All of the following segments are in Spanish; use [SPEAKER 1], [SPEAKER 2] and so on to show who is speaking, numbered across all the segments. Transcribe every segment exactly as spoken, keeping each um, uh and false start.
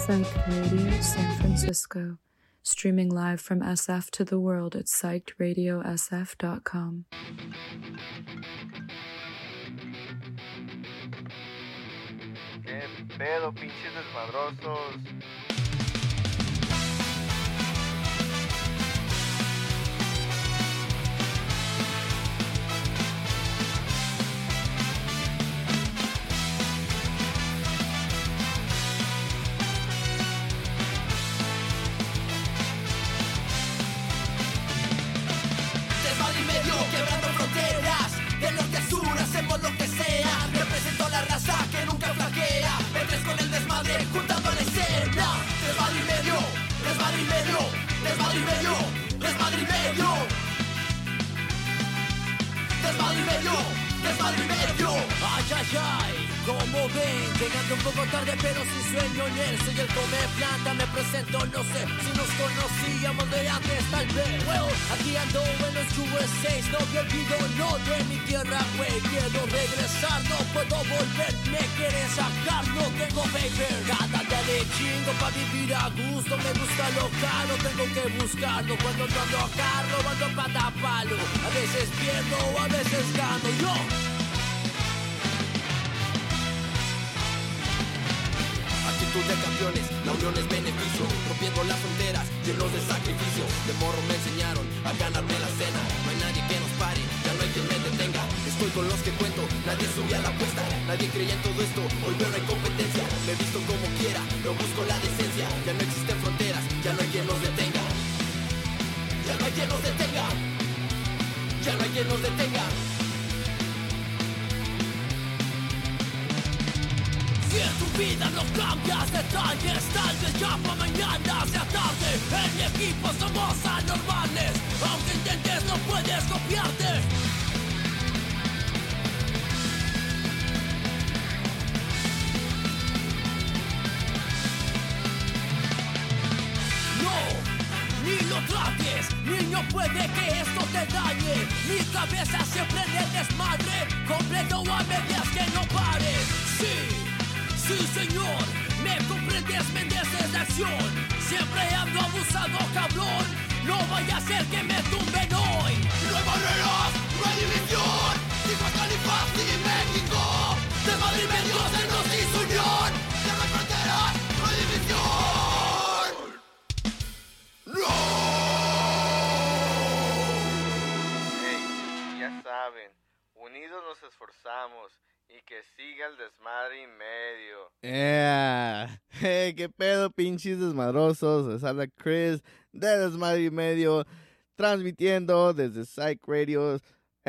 [SPEAKER 1] Psych Radio San Francisco, streaming live from S F to the world at psyched radio s f dot com.
[SPEAKER 2] ¿Qué pedo, pinches desmadrosos?
[SPEAKER 3] Quebrando fronteras, de norte a sur hacemos lo que sea. Represento la raza que nunca flaquea. Me tres con el desmadre, juntando la escena. Desmadre y medio, desmadre y medio, desmadre y medio, desmadre y medio. Desmadre y medio, desmadre y medio. Ay, ay, ay, como ven, llegando un poco tarde pero sin sueño en él. Soy el come planta, me presento, no sé si nos conocíamos de antes tal vez. Well, aquí ando en los U S A, no me olvido, no de mi tierra, güey. Quiero regresar, no puedo volver, me quieren sacar, no tengo paper. Cada día de chingo pa' vivir a gusto, me gusta lo caro, tengo que buscarlo. Cuando no ando a carro, ando pata palo. A veces pierdo, a veces gano, yo. Actitud de campeones, la unión es beneficio. Rompiendo las fronteras, llenos de sacrificio. De morro me enseñaron a ganarme la cena. No hay nadie que nos pare, ya no hay quien me detenga. Estoy con los que cuento, nadie subía la apuesta. Nadie creía en todo esto, hoy veo no hay competencia. Me he visto como quiera, no busco la decencia. Ya no existen fronteras, ya no hay quien nos detenga. Ya no hay quien nos detenga. Ya no hay quien nos detenga. Si en tu vida no cambias detalles, tal vez ya pa' mañana sea tarde. En mi equipo somos anormales, aunque intentes no puedes copiarte. No, ni lo trates, niño, puede que esto te dañe. Mi cabeza siempre en el desmadre, completo a medias que no pare. Sí. Sí, señor, me comprendes, me des la acción. Siempre ando abusado, cabrón. No vaya a ser que me tumben hoy. No hay barreras, no hay división. Chicos, Califas y México. De Madrid y medio se nos hizo unión. De las fronteras, no hay división. ¡No!
[SPEAKER 2] Hey, ya saben, unidos nos esforzamos. Y que siga el desmadre y medio.
[SPEAKER 4] Yeah. Hey, qué pedo, pinches desmadrosos. Les habla Chris de Desmadre y Medio, transmitiendo desde Psych Radio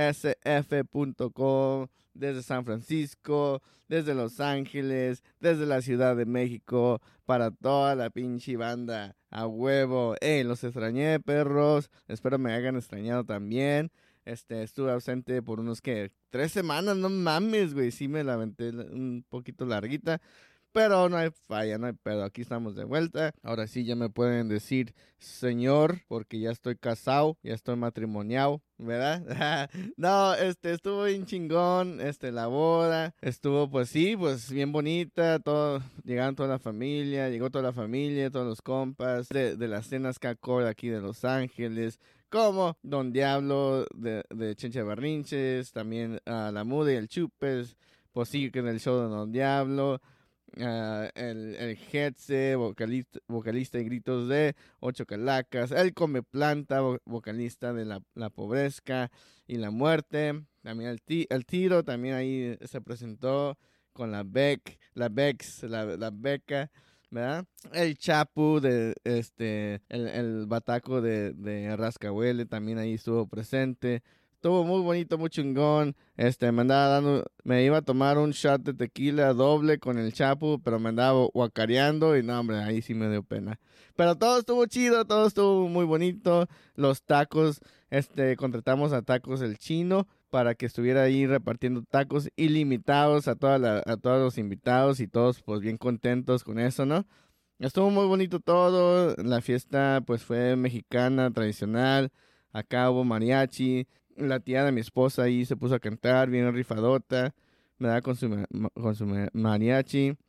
[SPEAKER 4] S F punto com, desde San Francisco, desde Los Ángeles, desde la Ciudad de México, para toda la pinche banda. A huevo. Hey, los extrañé, perros. Espero me hayan extrañado también. Este, estuve ausente por unos, que tres semanas, no mames, güey. Sí me la aventé un poquito larguita. Pero no hay falla, no hay pedo. Aquí estamos de vuelta. Ahora sí ya me pueden decir señor, porque ya estoy casado, ya estoy matrimoniado, ¿verdad? No, este, estuvo bien chingón, este, la boda. Estuvo, pues sí, pues bien bonita. Todo, llegaron toda la familia, llegó toda la familia, todos los compas de, de las cenas Cacor aquí de Los Ángeles. Como Don Diablo de, de Chencha Barrinches, también uh, La Muda y el Chupes, pues sí, que en el show de Don Diablo, uh, el, el Hetze, vocalista, vocalista y gritos de Ocho Calacas, el Come Planta, vo, vocalista de La, la Pobrezca y La Muerte, también el, ti, el Tiro, también ahí se presentó con la Beck, la Bex, la, la Beca, ¿verdad? El Chapu de este el, el Bataco de, de Rascahuele también ahí estuvo presente. Estuvo muy bonito, muy chingón. Este, me andaba dando, me iba a tomar un shot de tequila doble con el Chapu, pero me andaba guacareando y no, hombre, ahí sí me dio pena. Pero todo estuvo chido, todo estuvo muy bonito. Los tacos, este, contratamos a Tacos El Chino para que estuviera ahí repartiendo tacos ilimitados a, toda la, a todos los invitados y todos pues bien contentos con eso, ¿no? Estuvo muy bonito todo, la fiesta pues fue mexicana, tradicional, acá hubo mariachi, la tía de mi esposa ahí se puso a cantar, bien rifadota, me da con su, con su mariachi.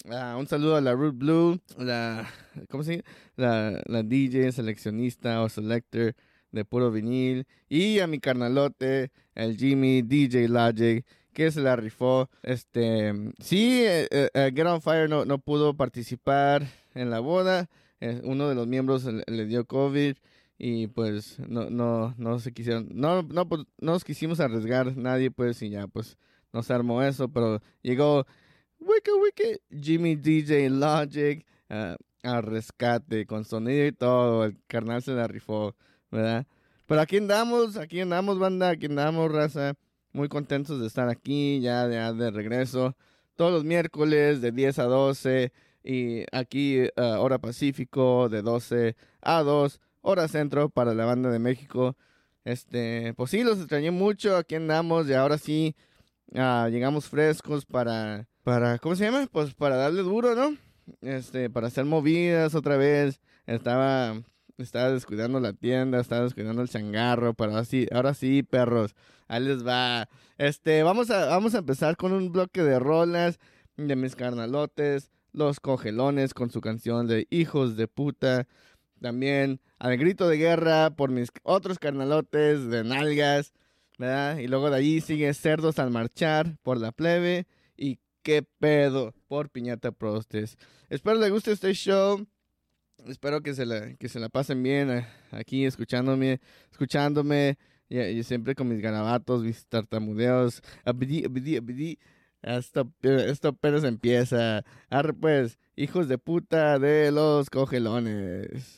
[SPEAKER 4] Uh, un saludo a la Root Blue, la, ¿cómo se llama? La, la D J, seleccionista o selector de puro vinil. Y a mi carnalote, el Jimmy D J Logic, que se la rifó. Este, sí, eh, eh, Get On Fire no, no pudo participar en la boda. Eh, uno de los miembros le, le dio COVID y pues no, no, no se quisieron, no, no, pues, no nos quisimos arriesgar nadie, pues, y ya, pues, no se armó eso, pero llegó Wiki Wiki Jimmy D J Logic uh, al rescate con sonido y todo. El carnal se la rifó, ¿verdad? Pero aquí andamos, aquí andamos, banda, aquí andamos, raza. Muy contentos de estar aquí, ya, ya de regreso. Todos los miércoles de diez a doce. Y aquí, uh, hora Pacífico, de doce a dos. Hora Centro para la banda de México. Este, pues sí, los extrañé mucho. Aquí andamos y ahora sí uh, llegamos frescos para, para, ¿cómo se llama? Pues para darle duro, ¿no? Este, para hacer movidas otra vez. Estaba... Estaba descuidando la tienda, estaba descuidando el changarro, pero ahora sí, ahora sí, perros, ahí les va. Este, vamos a, vamos a empezar con un bloque de rolas de mis carnalotes, Los Cogelones, con su canción de Hijos de Puta. También Al Grito de Guerra por mis otros carnalotes de Nalgas, ¿verdad? Y luego de ahí sigue Cerdos al Marchar por La Plebe y Qué Pedo por Piñata Prostes. Espero les guste este show. Espero que se la, que se la pasen bien eh, aquí escuchándome, escuchándome y, y siempre con mis garabatos, mis tartamudeos. Abidi, abidi, abidi. Esto, esto apenas empieza. Arre pues, hijos de puta de Los Cogelones.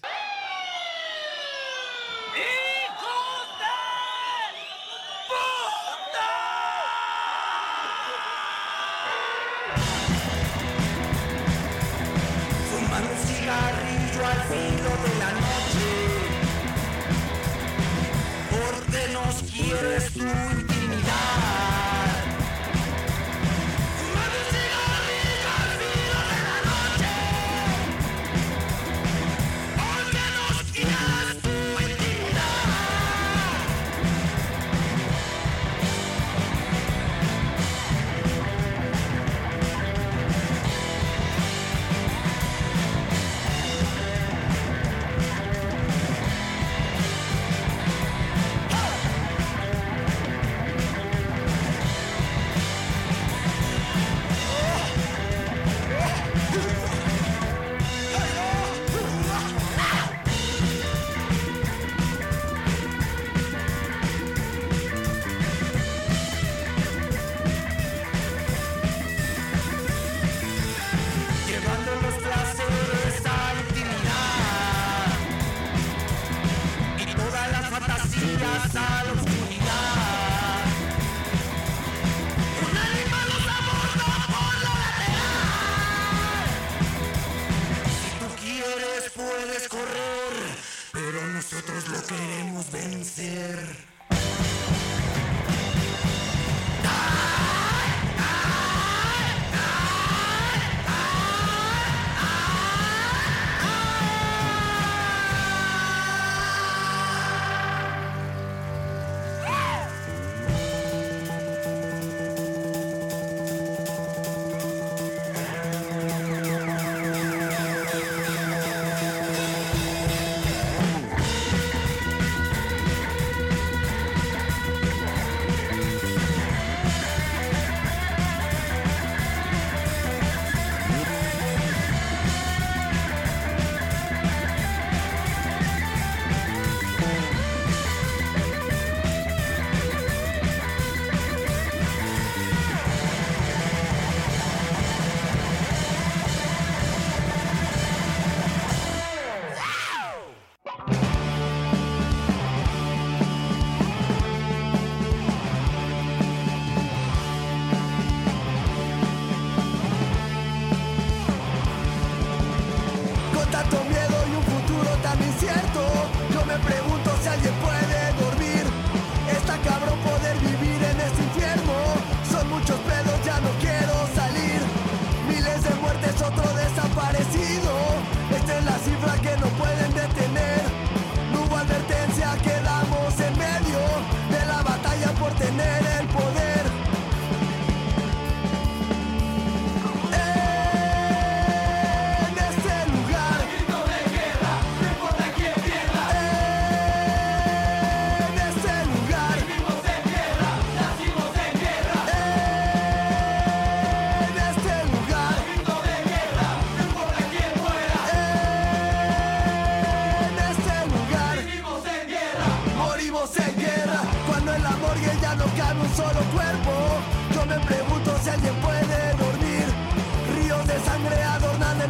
[SPEAKER 3] Quieres tu intimidad. Fumando un cigarrillo al filo de la noche. Porque nos quieres tu intimidad.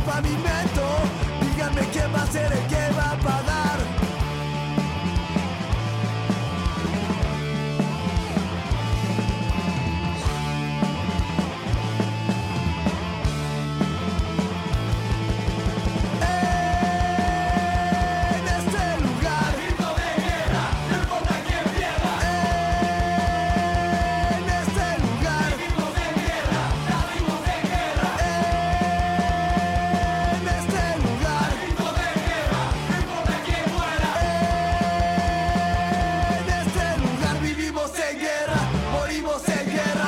[SPEAKER 3] pavimento. Díganme quién va a ser el que va a pagar. En este lugar, grito de guerra, no importa quién pierda. En este lugar, grito de guerra, nacimos de guerra. En este lugar, grito de guerra, no importa quién muera. En este lugar vivimos en guerra, morimos en guerra.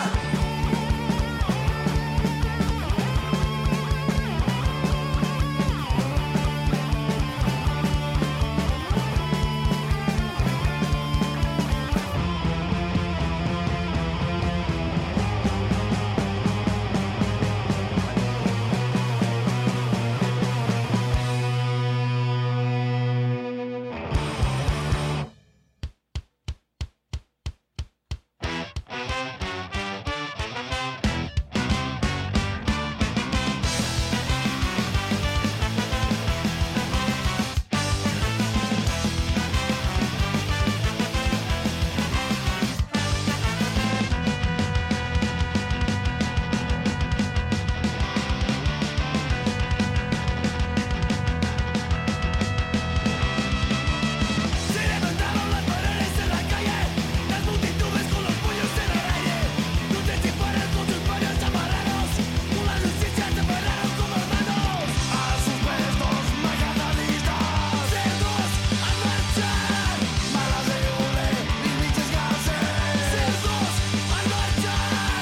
[SPEAKER 3] Se levantaron las paredes en la calle, las multitudes con los puños en el aire. Luces y pares con sus paños amarrados, con la justicia se pararon como hermanos. A sus puestos magadalistas, cerdos a marchar, malas de hule y biches gases. Cerdos a marchar.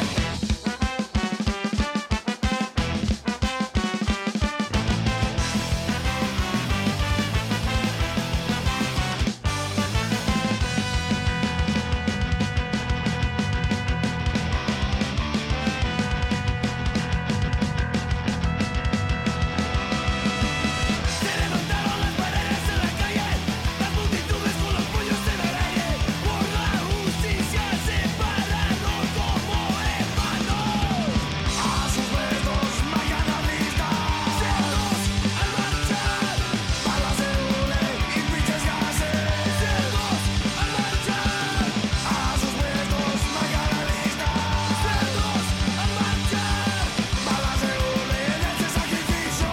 [SPEAKER 3] Se levantaron las paredes en la calle, las multitudes con los puños en el aire. Por la justicia se pararon como hermanos. A sus puestos magadalistas, cerdos a marchar, balas de hule y biches gases. Cerdos a marchar. A sus puestos magadalistas, cerdos a marchar, balas de hule en ese sacrificio.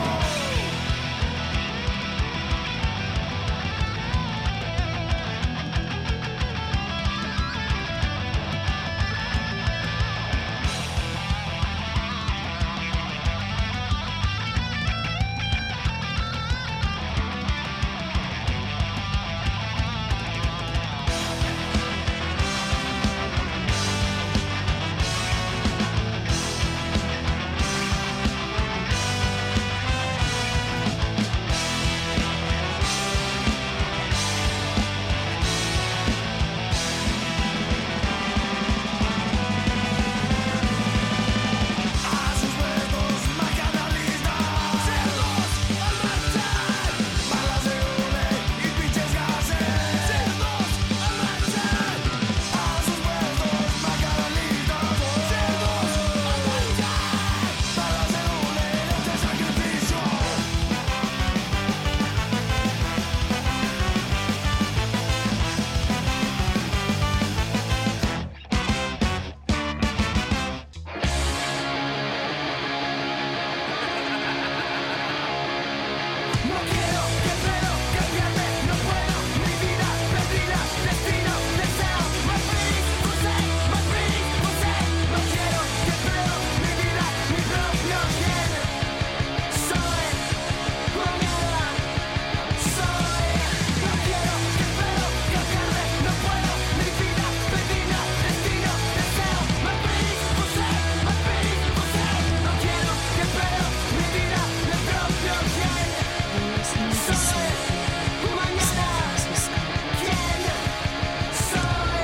[SPEAKER 3] A sus puestos magadalistas, cerdos a marchar, balas de hule y biches gases. Cerdos a marchar. A sus puestos magadalistas, cerdos a marchar, balas de hule en este sacrificio. No quiero, que puedo, cambiarme, no puedo. Mi vida perdida, destino, deseo. My pretty José, my pretty José. No quiero, que puedo, mi vida, mi propio gen. Soy comida, soy. No quiero, que puedo, cambiarme, no puedo. Mi vida perdida, destino, deseo. My pretty José, my pretty José. No quiero, que puedo, mi vida, mi propio gen. Soy mañana, ¿quién soy?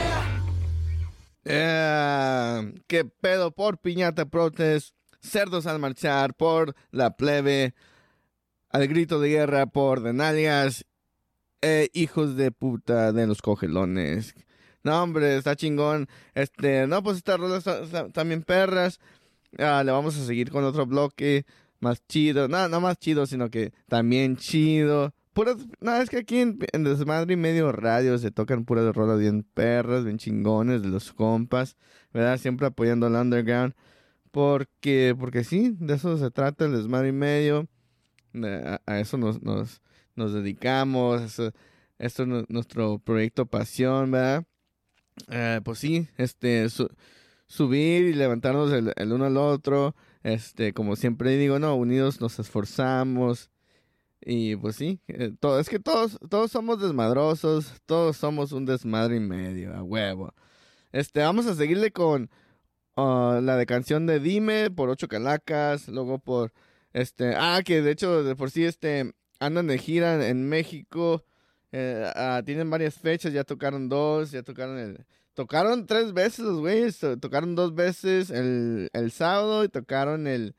[SPEAKER 4] Eh, ¿Qué pedo por Piñata Protest? Cerdos al marchar por La Plebe. Al grito de guerra por De Nalgas. Eh, hijos de puta de los cogelones. No, hombre, está chingón. Este, no, pues estas rolas ta- ta- también perras. Ah, le vamos a seguir con otro bloque. más chido. No, no más chido, sino que también chido. Puras, no, es que aquí en, en Desmadre y Medio Radio se tocan puras rolas bien perras, bien chingones de los compas, ¿verdad? Siempre apoyando al underground. Porque, porque sí, de eso se trata el Desmadre y Medio. A, a eso nos, nos, nos dedicamos. Eso, esto es nuestro proyecto pasión, ¿verdad? Uh, pues sí, este, su, subir y levantarnos el, el uno al otro. Este, como siempre digo, no, unidos nos esforzamos. Y pues sí, eh, todo, es que todos, todos somos desmadrosos. Todos somos un desmadre y medio, a huevo. Este, vamos a seguirle con uh, la de canción de Dime por Ocho Calacas. Luego por, este, ah, que de hecho de por sí, este, andan de gira en México. Eh, uh, tienen varias fechas, ya tocaron dos, ya tocaron el... Tocaron tres veces los güeyes, tocaron dos veces el, el sábado y tocaron el,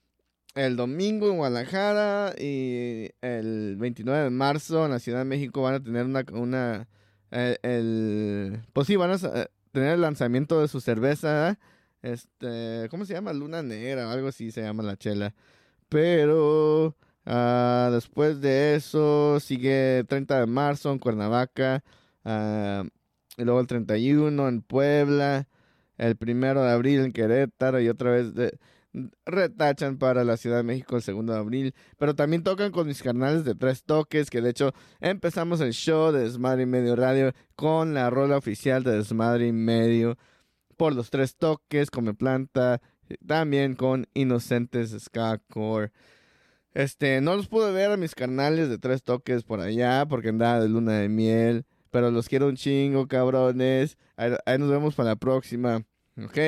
[SPEAKER 4] el domingo en Guadalajara y el veintinueve de marzo en la Ciudad de México van a tener una... una el, el pues sí, van a tener el lanzamiento de su cerveza, ¿eh? este, ¿cómo se llama? Luna Negra o algo así se llama la chela, pero... Uh, después de eso sigue el treinta de marzo en Cuernavaca, uh, y luego el treinta y uno en Puebla, el primero de abril en Querétaro y otra vez de, retachan para la Ciudad de México el segundo de abril, pero también tocan con mis carnales de Tres Toques, que de hecho empezamos el show de Desmadre y Medio Radio con la rola oficial de Desmadre y Medio por los Tres Toques, Come Planta, también con Inocentes Ska Core. Este, no los pude ver a mis carnales de Tres Toques por allá porque andaba de luna de miel. Pero los quiero un chingo, cabrones. Ahí, ahí nos vemos para la próxima. ¿Ok?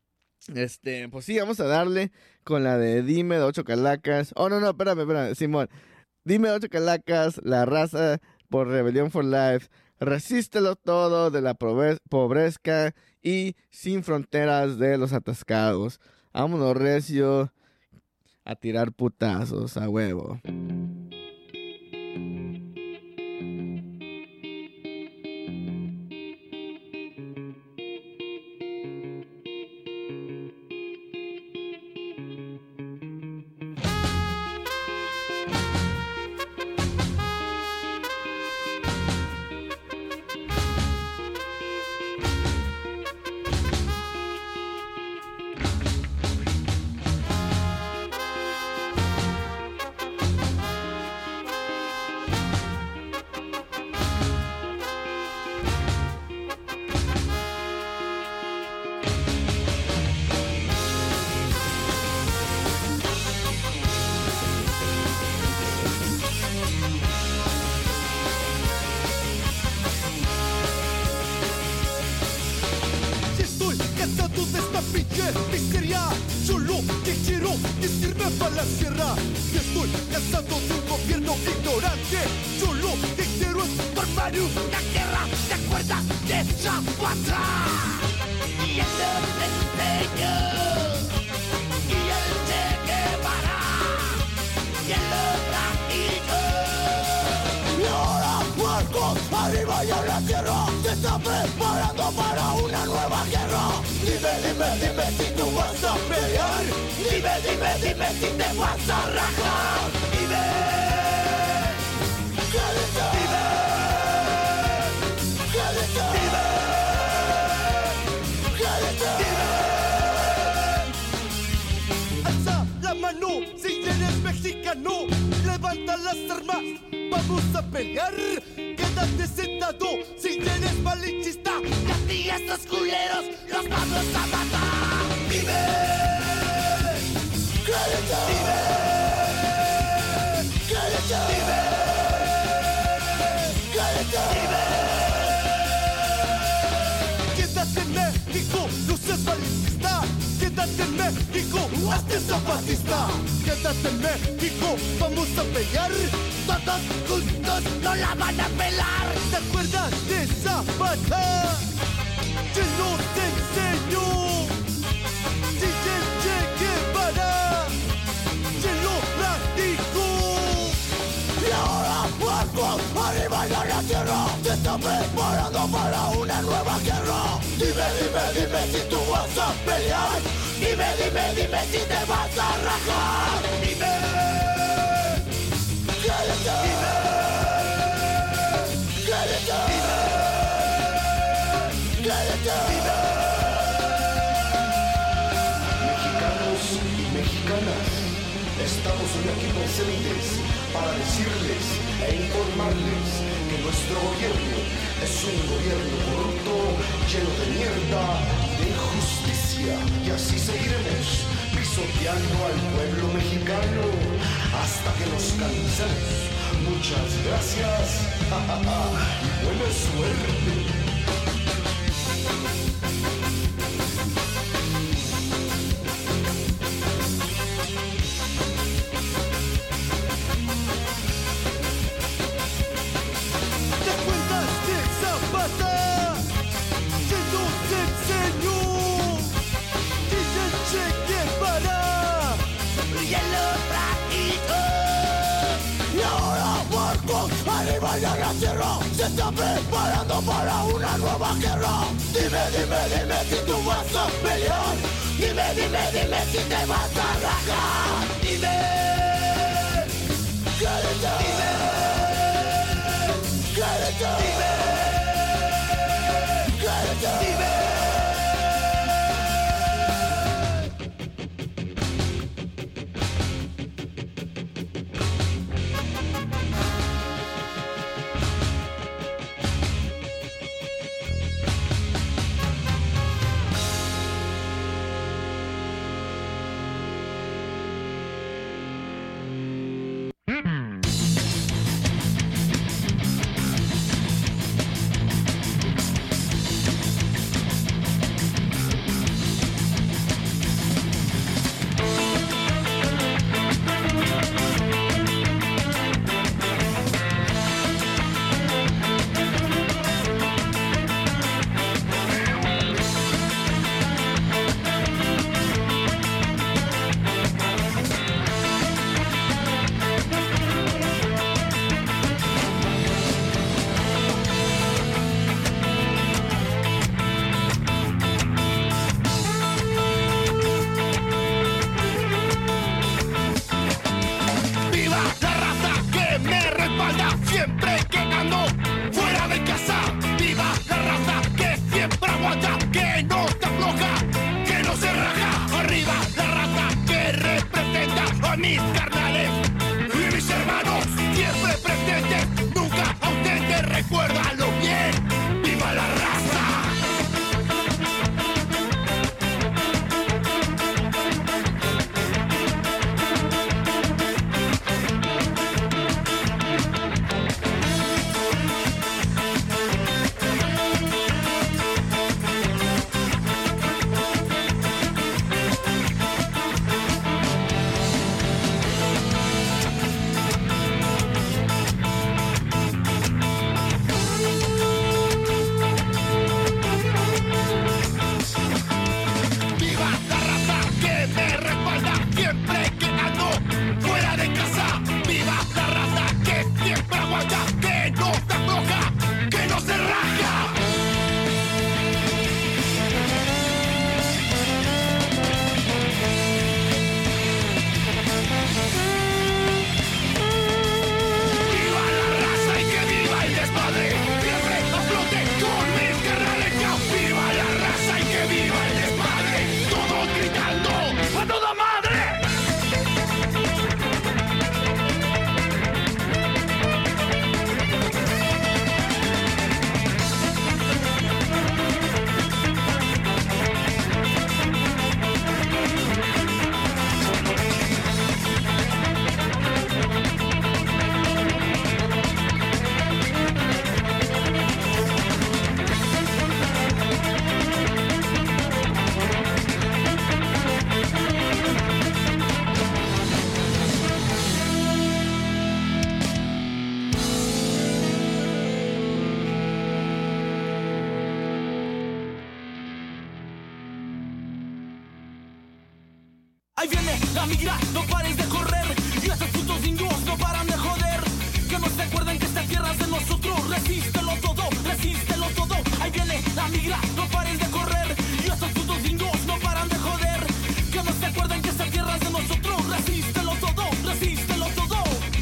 [SPEAKER 4] Este, pues sí, vamos a darle con la de Dime de Ocho Calacas. Oh, no, no, espérame, espérame, Simón. Dime de Ocho Calacas, La Raza por Rebelión for Life. Resístelo todo de la pobrezca y Sin Fronteras de Los Atascados. Vámonos, recio. A tirar putazos, a huevo.
[SPEAKER 3] Dime, dime, dime si te vas a rajar. Dime.
[SPEAKER 5] y mexicanas, estamos hoy aquí presentes para decirles e informarles que nuestro gobierno es un gobierno corrupto, lleno de mierda y de injusticia, y así seguiremos pisoteando al pueblo mexicano hasta que nos cansemos. Muchas gracias y buena suerte.
[SPEAKER 3] La tierra se está preparando para una nueva guerra. Dime, dime, dime si tú vas a pelear. Dime, dime, dime si te vas a rajar. Dime, quédate. Dime, quédate. Dime, quédate. Dime.
[SPEAKER 6] Ahí viene la migra, no pares de correr. Y estos putos indios no paran de joder. Que no se acuerden que esta tierra es de nosotros. Resístelo todo, resístelo todo. Ahí viene la migra, no pares de correr. Y estos putos indios no paran de joder. Que no se acuerden que esta tierra es de nosotros. Resístelo todo, resístelo todo.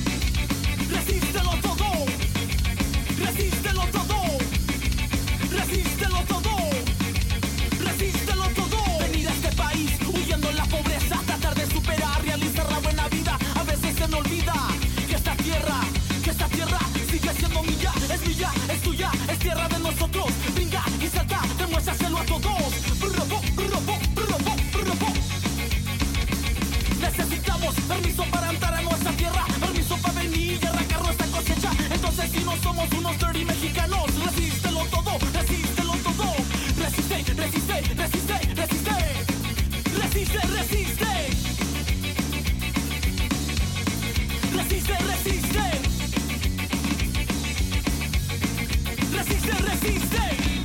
[SPEAKER 6] Resístelo todo. Resístelo todo. Resístelo todo. Resístelo todo. Venir a este país huyendo la pobreza. permiso para entrar a nuestra tierra, permiso para venir y arrancar nuestra cosecha. Entonces si no somos unos dirty mexicanos, resístelo todo, resístelo todo. Resiste, resiste, resiste, resiste. Resiste, resiste. Resiste, resiste. Resiste, resiste.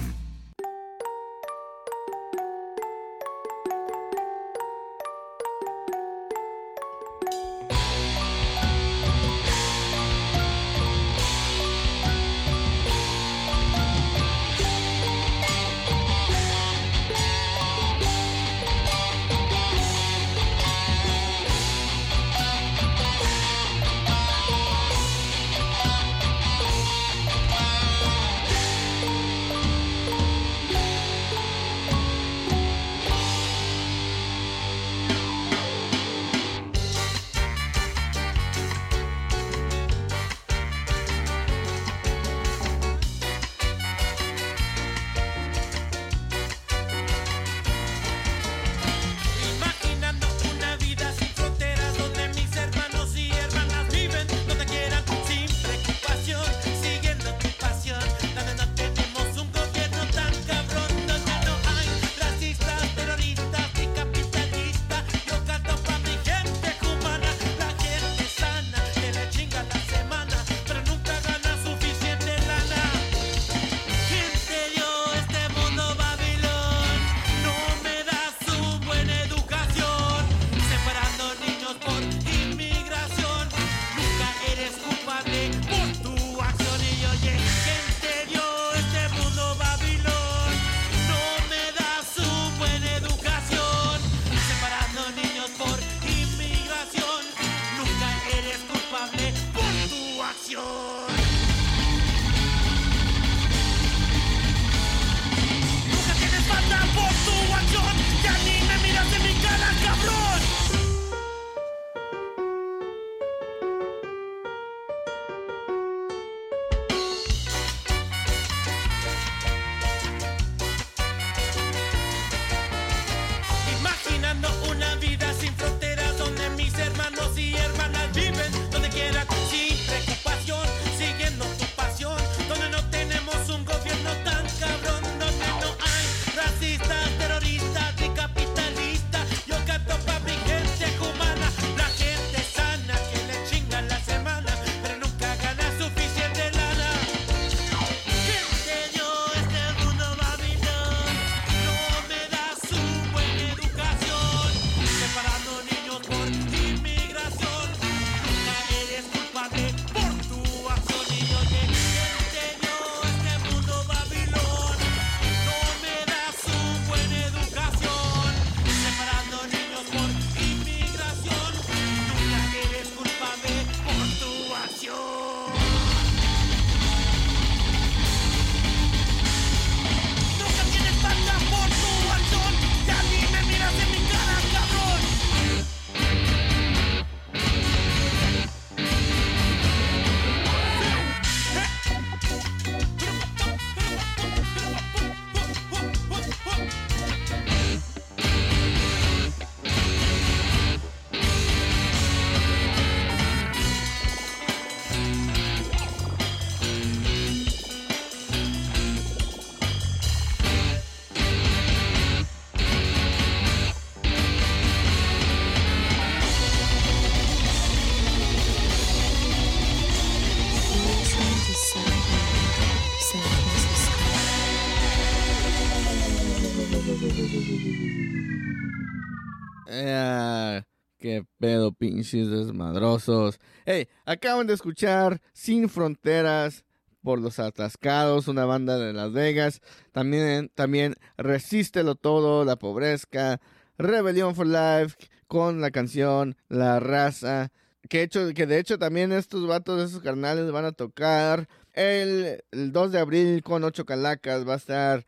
[SPEAKER 4] Ah, qué pedo, pinches desmadrosos. Hey, acaban de escuchar Sin Fronteras por Los Atascados, una banda de Las Vegas. También, también Resístelo Todo, La Pobrezca. Rebelión for Life con la canción La Raza. Que, hecho, que de hecho también estos vatos, esos carnales van a tocar el, el dos de abril con Ocho Calacas. Va a estar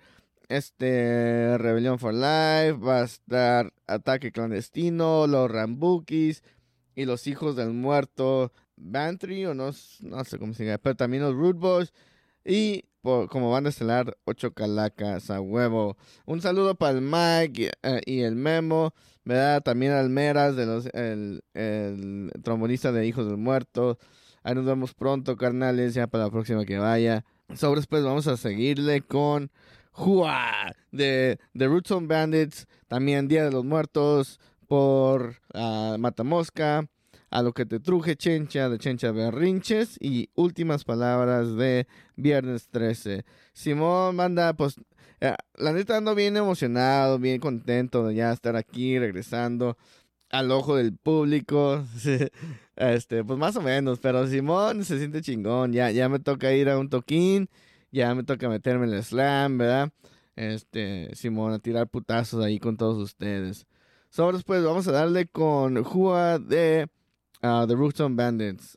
[SPEAKER 4] este Rebelión for Life, va a estar Ataque Clandestino, Los Rambukis y Los Hijos del Muerto, Bantry o no, no sé cómo se llama, pero también los Rude Boys. Y por, como banda estelar, Ocho Calacas, a huevo. Un saludo para el Mike eh, y el Memo, ¿verdad? También Almeras, de los, el, el trombonista de Hijos del Muerto. Ahí nos vemos pronto, carnales, ya para la próxima que vaya. Sobres, pues vamos a seguirle con Jua de The Roots on Bandits, también Día de los Muertos por uh, Matamosca, A lo que te truje Chencha de Chencha Berrinches y Últimas Palabras de Viernes trece. Simón, banda, pues eh, la neta ando bien emocionado, bien contento de ya estar aquí regresando al ojo del público. Este, pues más o menos, pero Simón se siente chingón. Ya, ya me toca ir a un toquín, ya me toca meterme en el slam, ¿verdad? Este, Simón, a tirar putazos ahí con todos ustedes. Sobre después vamos a darle con Jua de uh, The Roots on Bandits.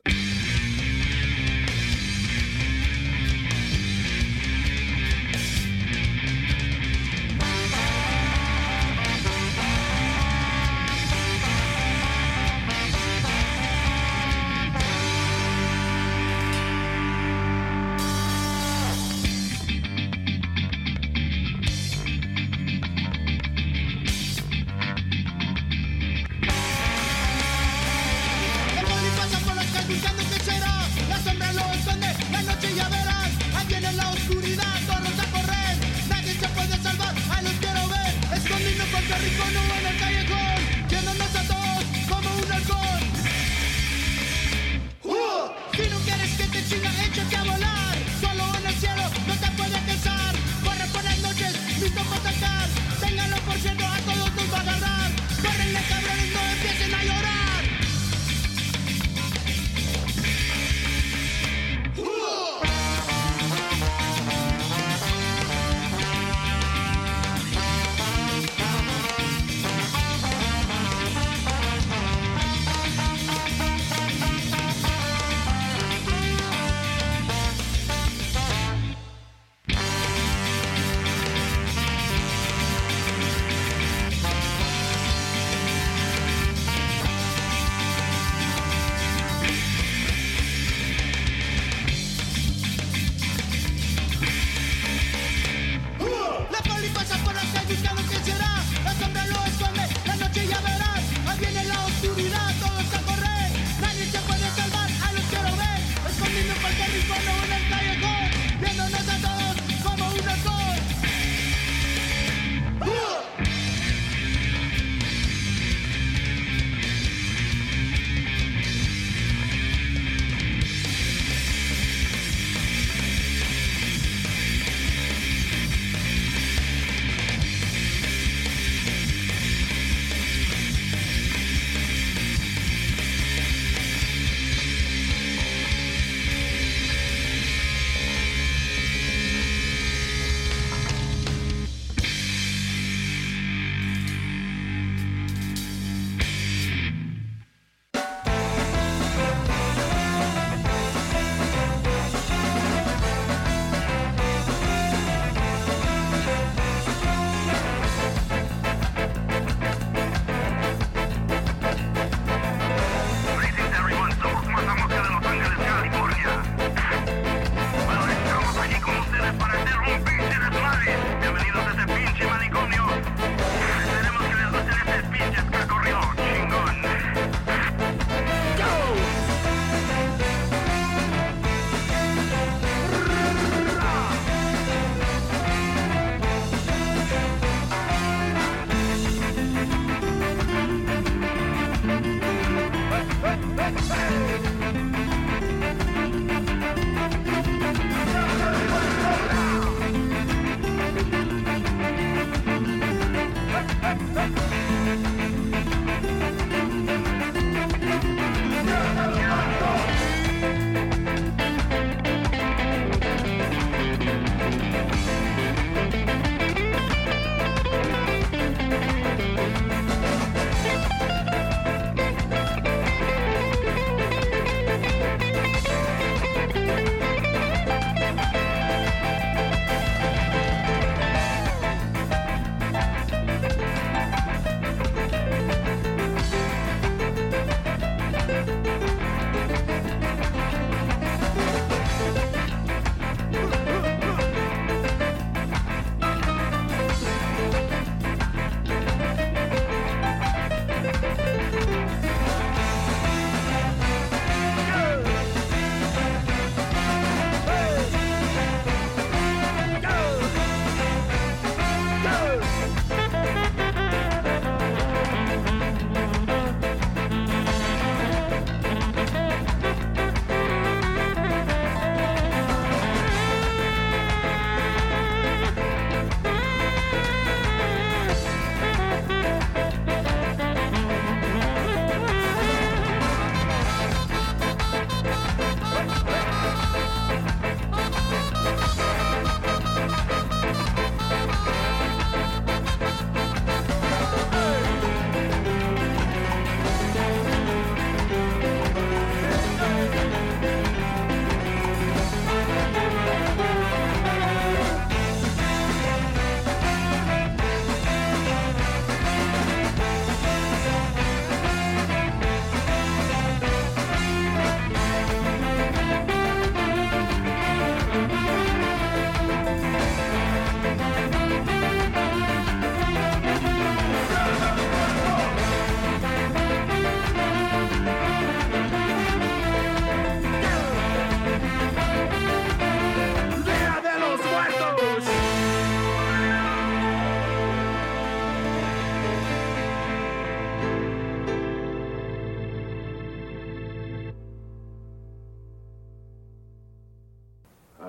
[SPEAKER 7] El poli pasa por las calles buscando que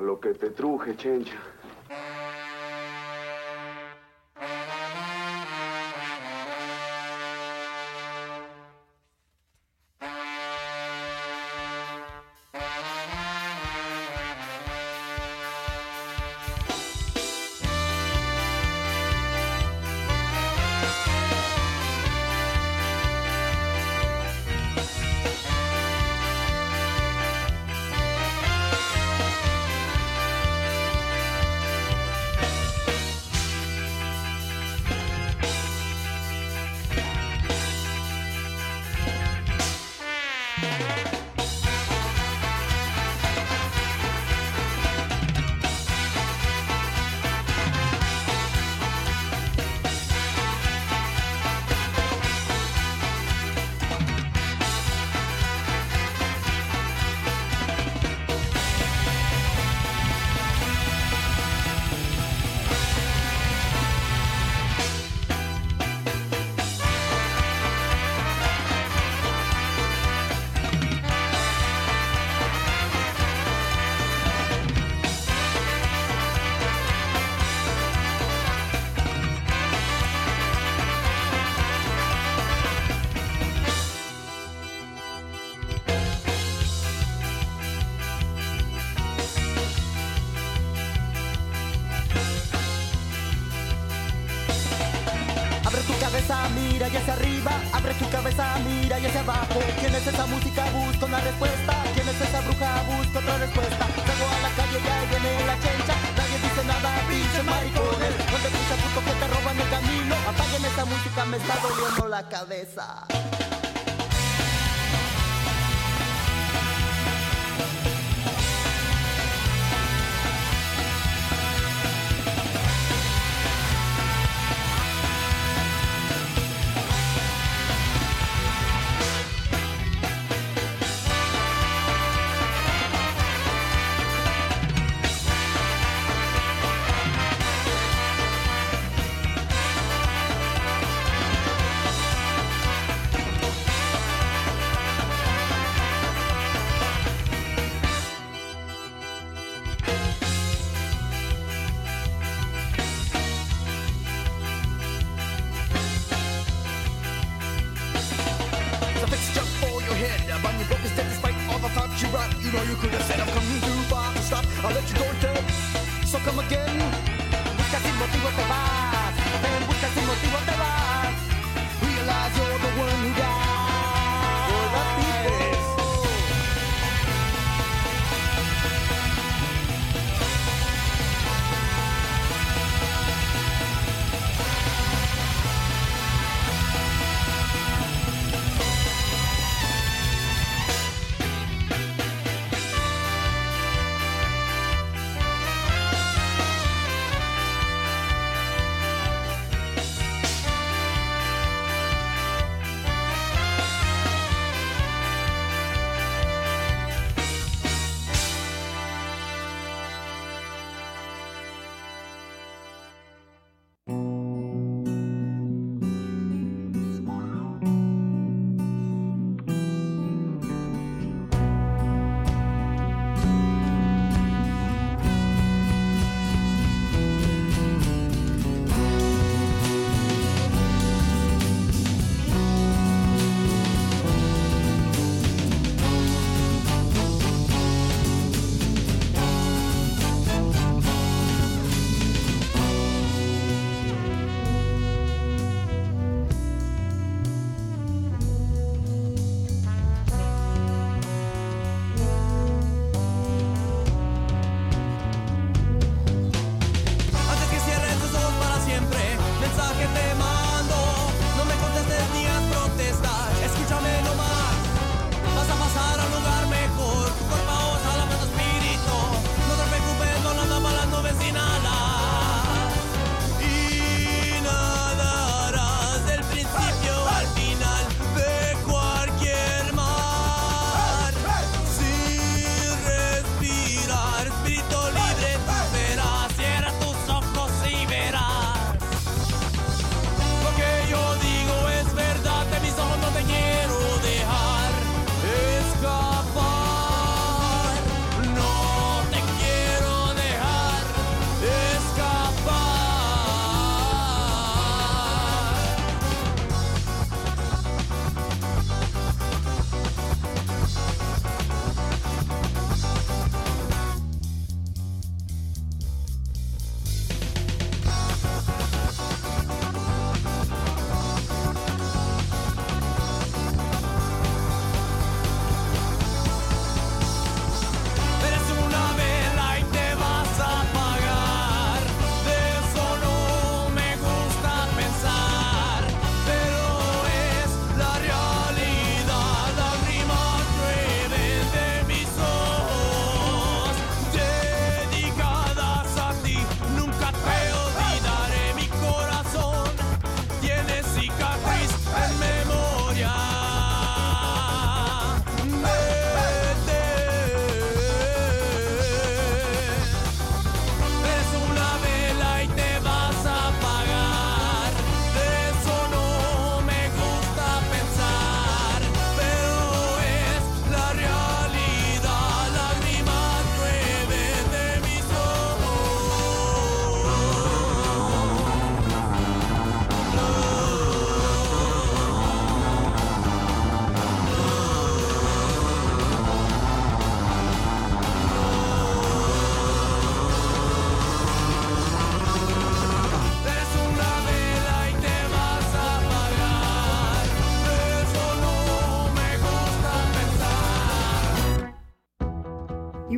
[SPEAKER 5] lo que te truje, chencha.
[SPEAKER 3] Mira y hacia arriba, abre tu cabeza, mira y hacia abajo. ¿Quién es esa música? Busca una respuesta. ¿Quién es esa bruja? Busca otra respuesta. Salgo a la calle y ahí viene la chencha. Nadie dice nada, pinches maricones. Donde pincha puto que te roban el camino. Apaguen esa música, me está doliendo la cabeza. You know you could have said I've come too far to stop. I'll let you go instead. So come again. Busca sin motivo te vas. Ven, busca sin motivo te vas. Realize you're the one who died for the people.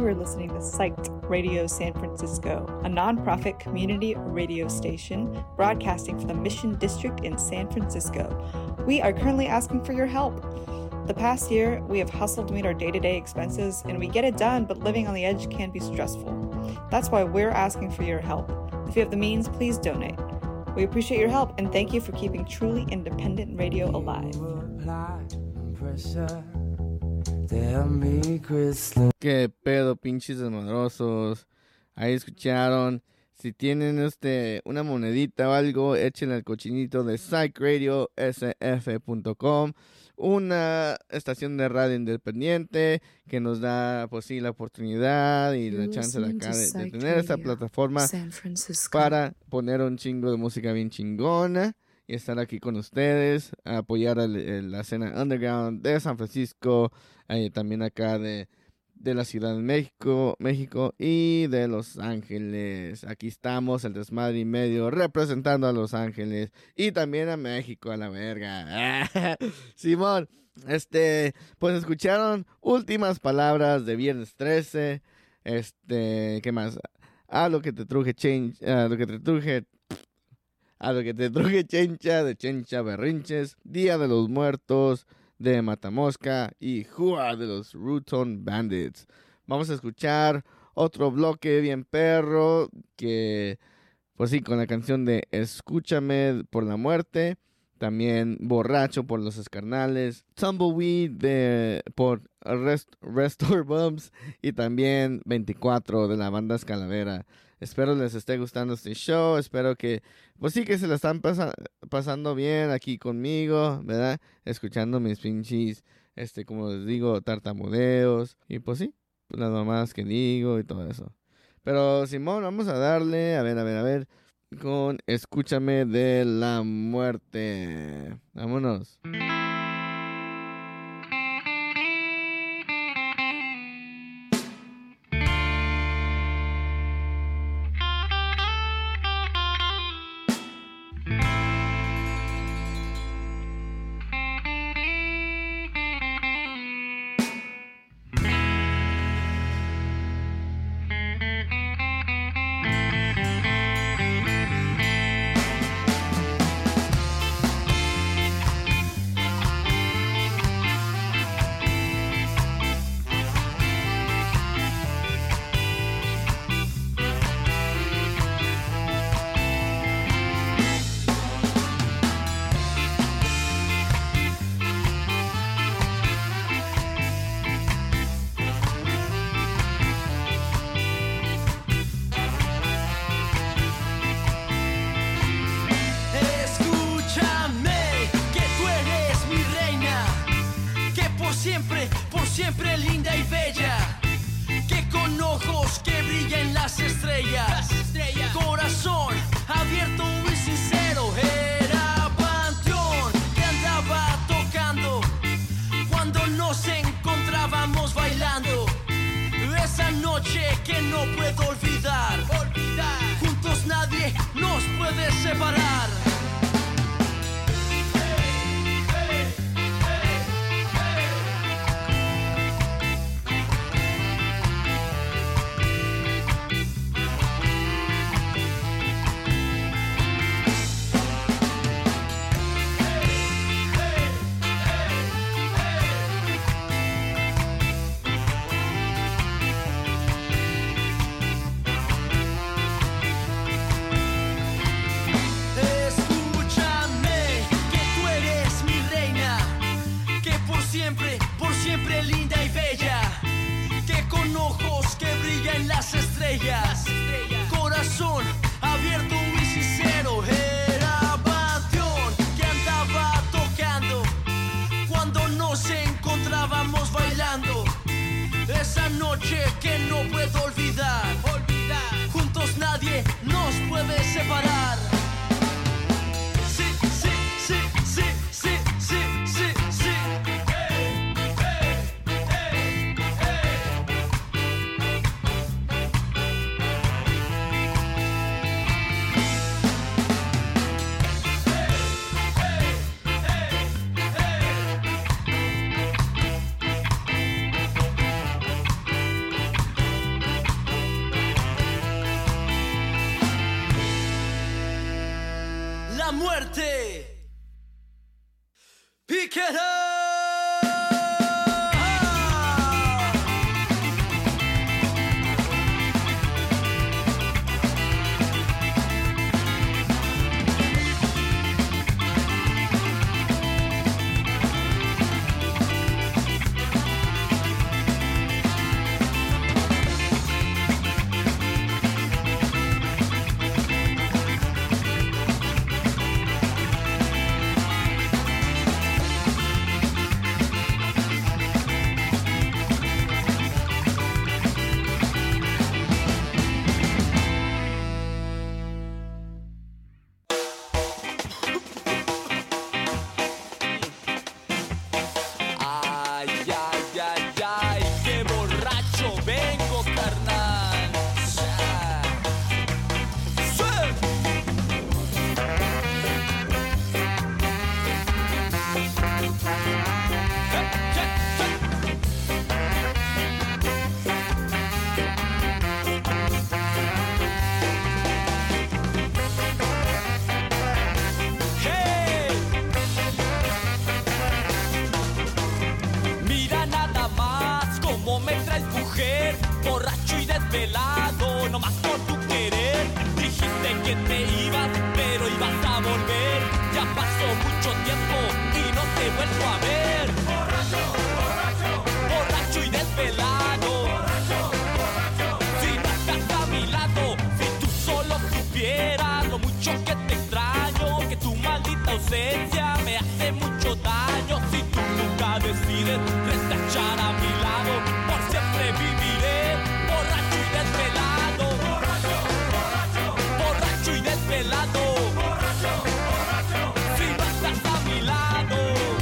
[SPEAKER 7] are listening to Psyched Radio San Francisco, a nonprofit community radio station broadcasting from the Mission District in San Francisco. We are currently asking for your help. The past year, we have hustled to meet our day-to-day expenses, and we get it done, but living on the edge can be stressful. That's why we're asking for your help. If you have the means, please donate. We appreciate your help, and thank you for keeping truly independent radio alive.
[SPEAKER 4] Qué pedo, pinches desmadrosos. Ahí escucharon. Si tienen este una monedita o algo, échenle al cochinito de psych radio s f punto com, una estación de radio independiente que nos da, pues sí, la oportunidad y la chance de acá de, de tener esta plataforma para poner un chingo de música bien chingona y estar aquí con ustedes, apoyar a la escena underground de San Francisco, eh, también acá de, de la Ciudad de México, México y de Los Ángeles. Aquí estamos, el Desmadre y Medio, representando a Los Ángeles y también a México, a la verga. Simón, este, pues escucharon últimas palabras de Viernes trece, este, ¿qué más? A lo que te truje, change, a lo que te truje... A lo que te truje Chencha, de Chencha Berrinches, Día de los Muertos, de Matamosca y Jua de los Ruton Bandits. Vamos a escuchar otro bloque bien perro, que, pues sí, con la canción de Escúchame por la Muerte, también Borracho por los Escarnales, Tumbleweed de, por Rest, Restore Bumps y también veinticuatro de la banda Escalavera. Espero les esté gustando este show, espero que, pues sí, que se la están pasa- pasando bien aquí conmigo, ¿verdad? Escuchando mis pinches, este, como les digo, tartamudeos, y pues sí, pues las mamadas que digo y todo eso. Pero, Simón, vamos a darle, a ver, a ver, a ver, con Escúchame de la Muerte. Vámonos.
[SPEAKER 3] siempre linda y bella, que con ojos que brillan las estrellas, las estrellas. Corazón abierto y sincero, era panteón que andaba tocando cuando nos encontrábamos bailando. Esa noche que no puedo olvidar, olvidar. Juntos nadie nos puede separar. Siempre linda y bella, que con ojos que brillan las estrellas, corazón abierto y sincero, era panteón que andaba tocando cuando nos encontrábamos bailando. Esa noche que no puedo olvidar, olvidar. Juntos nadie nos puede separar. Sí, sí, sí, sí, sí, sí, sí, sí.
[SPEAKER 6] olvides, retachar a mi lado, por siempre viviré, borracho y desvelado, borracho, borracho, borracho y desvelado, borracho, borracho, si no estás a mi lado.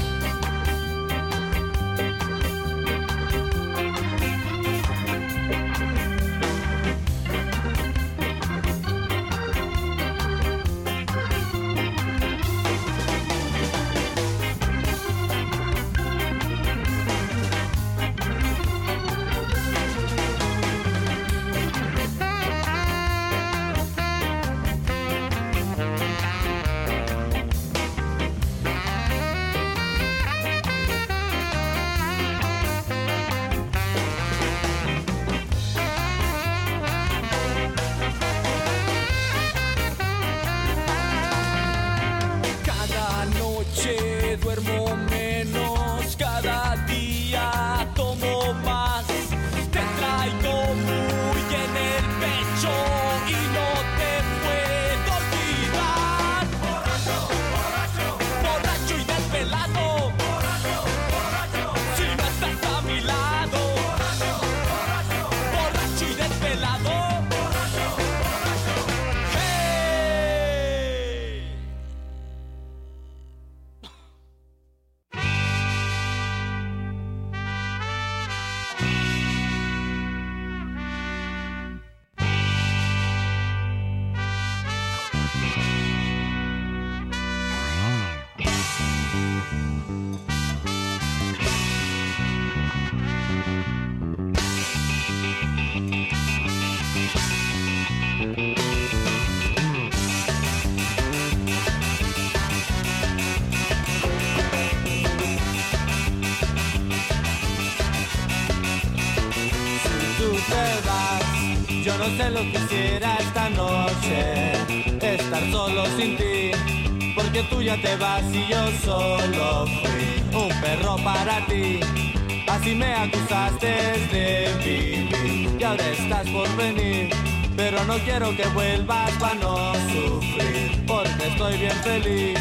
[SPEAKER 6] Duermo menos, cada día tomo más. Te traigo muy en el pecho y no te puedo olvidar. Borracho, borracho, borracho y desvelado. Borracho, borracho, si no estás a mi lado. Borracho, borracho, borracho y desvelado. Borracho, borracho, hey. Yo no sé lo que quisiera esta noche, estar solo sin ti, porque tú ya te vas y yo solo fui un perro para ti. Así me acusaste de vivir y ahora estás por venir, pero no quiero que vuelvas para no sufrir, porque estoy bien feliz.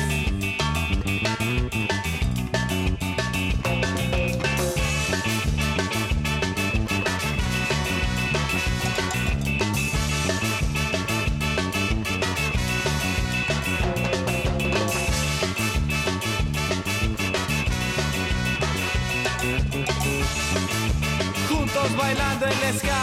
[SPEAKER 6] Bailando el ska.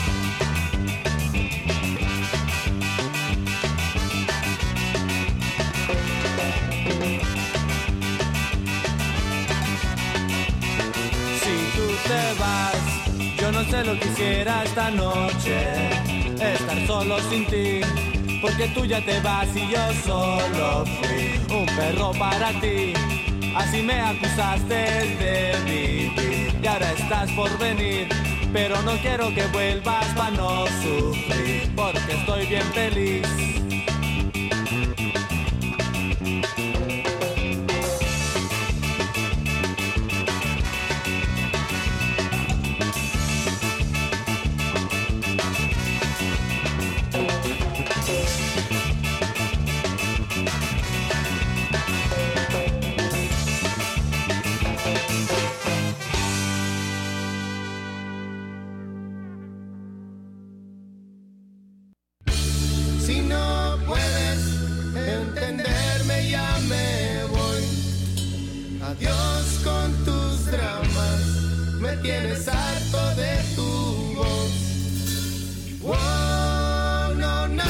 [SPEAKER 6] Si tú te vas, yo no sé lo que quisiera esta noche, estar solo sin ti, porque tú ya te vas y yo solo fui un perro para ti. Así me acusaste de vivir y ahora estás por venir, pero no quiero que vuelvas para no sufrir, porque estoy bien feliz.
[SPEAKER 8] Si no puedes entenderme ya me voy. Adiós con tus dramas, me tienes harto de tu voz. Oh, no, no.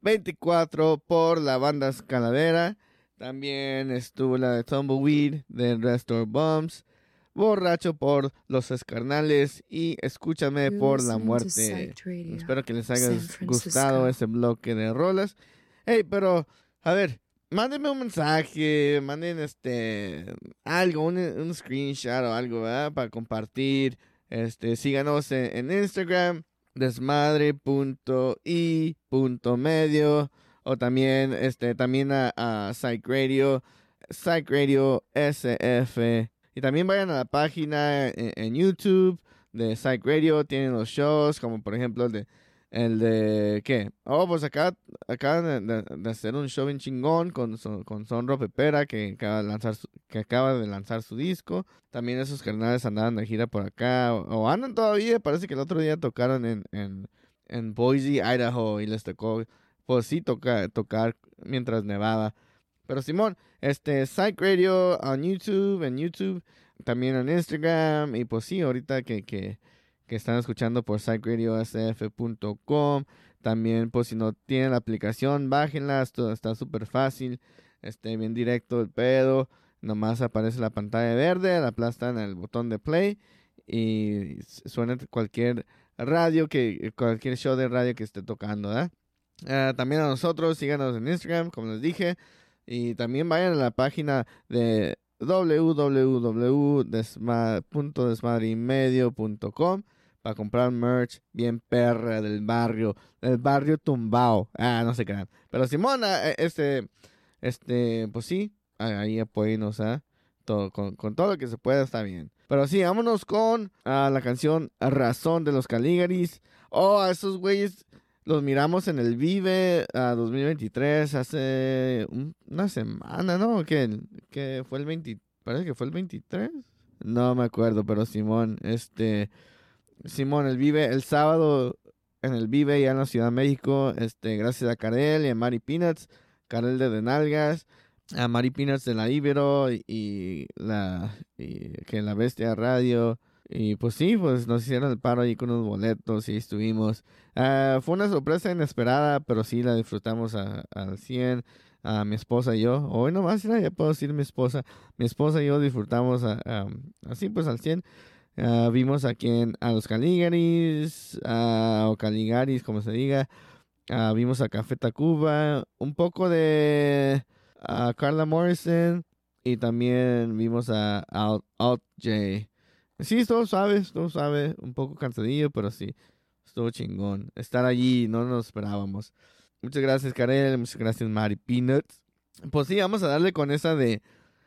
[SPEAKER 4] veinticuatro por la banda Escaladera. También estuvo la de Tumbleweed de Restore Bombs. Borracho por Los Escarnales y Escúchame por la Muerte. Espero que les haya gustado ese bloque de rolas. Hey, pero, a ver, mándenme un mensaje, manden este, algo, un, un screenshot o algo, ¿verdad? Para compartir. Este, síganos en, en Instagram, desmadre punto i punto medio, o también, este, también a, a Psych Radio, Psych Radio S F. Y también vayan a la página en, en YouTube de Psych Radio. Tienen los shows, como por ejemplo el de, el de ¿qué? Oh, pues acá acaban de, de, de hacer un show bien chingón con, con Sonro Pepera, que acaba, de lanzar su, que acaba de lanzar su disco. También esos carnales andaban de gira por acá, o, o andan todavía. Parece que el otro día tocaron en, en, en Boise, Idaho, y les tocó, pues sí, toca, tocar mientras nevaba. Pero Simón, este, Psych Radio en YouTube, en YouTube, también en Instagram, y pues sí, ahorita que, que, que están escuchando por psych radio s f punto com, también pues si no tienen la aplicación, bájenla, esto está súper fácil, este, bien directo el pedo, nomás aparece la pantalla verde, la aplastan el botón de play, y suena cualquier radio, que cualquier show de radio que esté tocando, ¿verdad? Uh, también a nosotros, síganos en Instagram, como les dije. Y también vayan a la página de w w w punto desmadreimedio punto com para comprar merch bien perra del barrio, del barrio tumbao. Ah, no se crean. Pero Simona, este, este, pues sí, ahí apóyennos, ¿eh? Todo, con, con todo lo que se pueda está bien. Pero sí, vámonos con uh, la canción Razón de los Caligaris. Oh, a esos güeyes los miramos en el Vive uh, dos mil veintitrés hace un, una semana, ¿no? ¿Qué, qué fue el veinte? Parece que fue el veintitrés. No me acuerdo, pero Simón, este, Simón, el Vive, el sábado en el Vive ya en la Ciudad de México, este, gracias a Karel y a Mari Peanuts, Karel de Denalgas, a Mari Peanuts de la Ibero y, y la, y, que la Bestia Radio. Y pues sí, pues nos hicieron el paro ahí con unos boletos y estuvimos. Uh, fue una sorpresa inesperada, pero sí la disfrutamos al cien. A mi esposa y yo, hoy nomás ya puedo decir mi esposa. Mi esposa y yo disfrutamos a, a, así pues al cien. Uh, vimos aquí en, a los Caligaris, uh, o Caligaris, como se diga. Uh, vimos a Café Tacuba, un poco de uh, Carla Morrison y también vimos a Alt, Alt J. Sí, todo suave, todo suave, un poco cansadillo, pero sí, estuvo chingón. Estar allí, no nos esperábamos. Muchas gracias, Karel, muchas gracias, Mari Peanuts. Pues sí, vamos a darle con esa de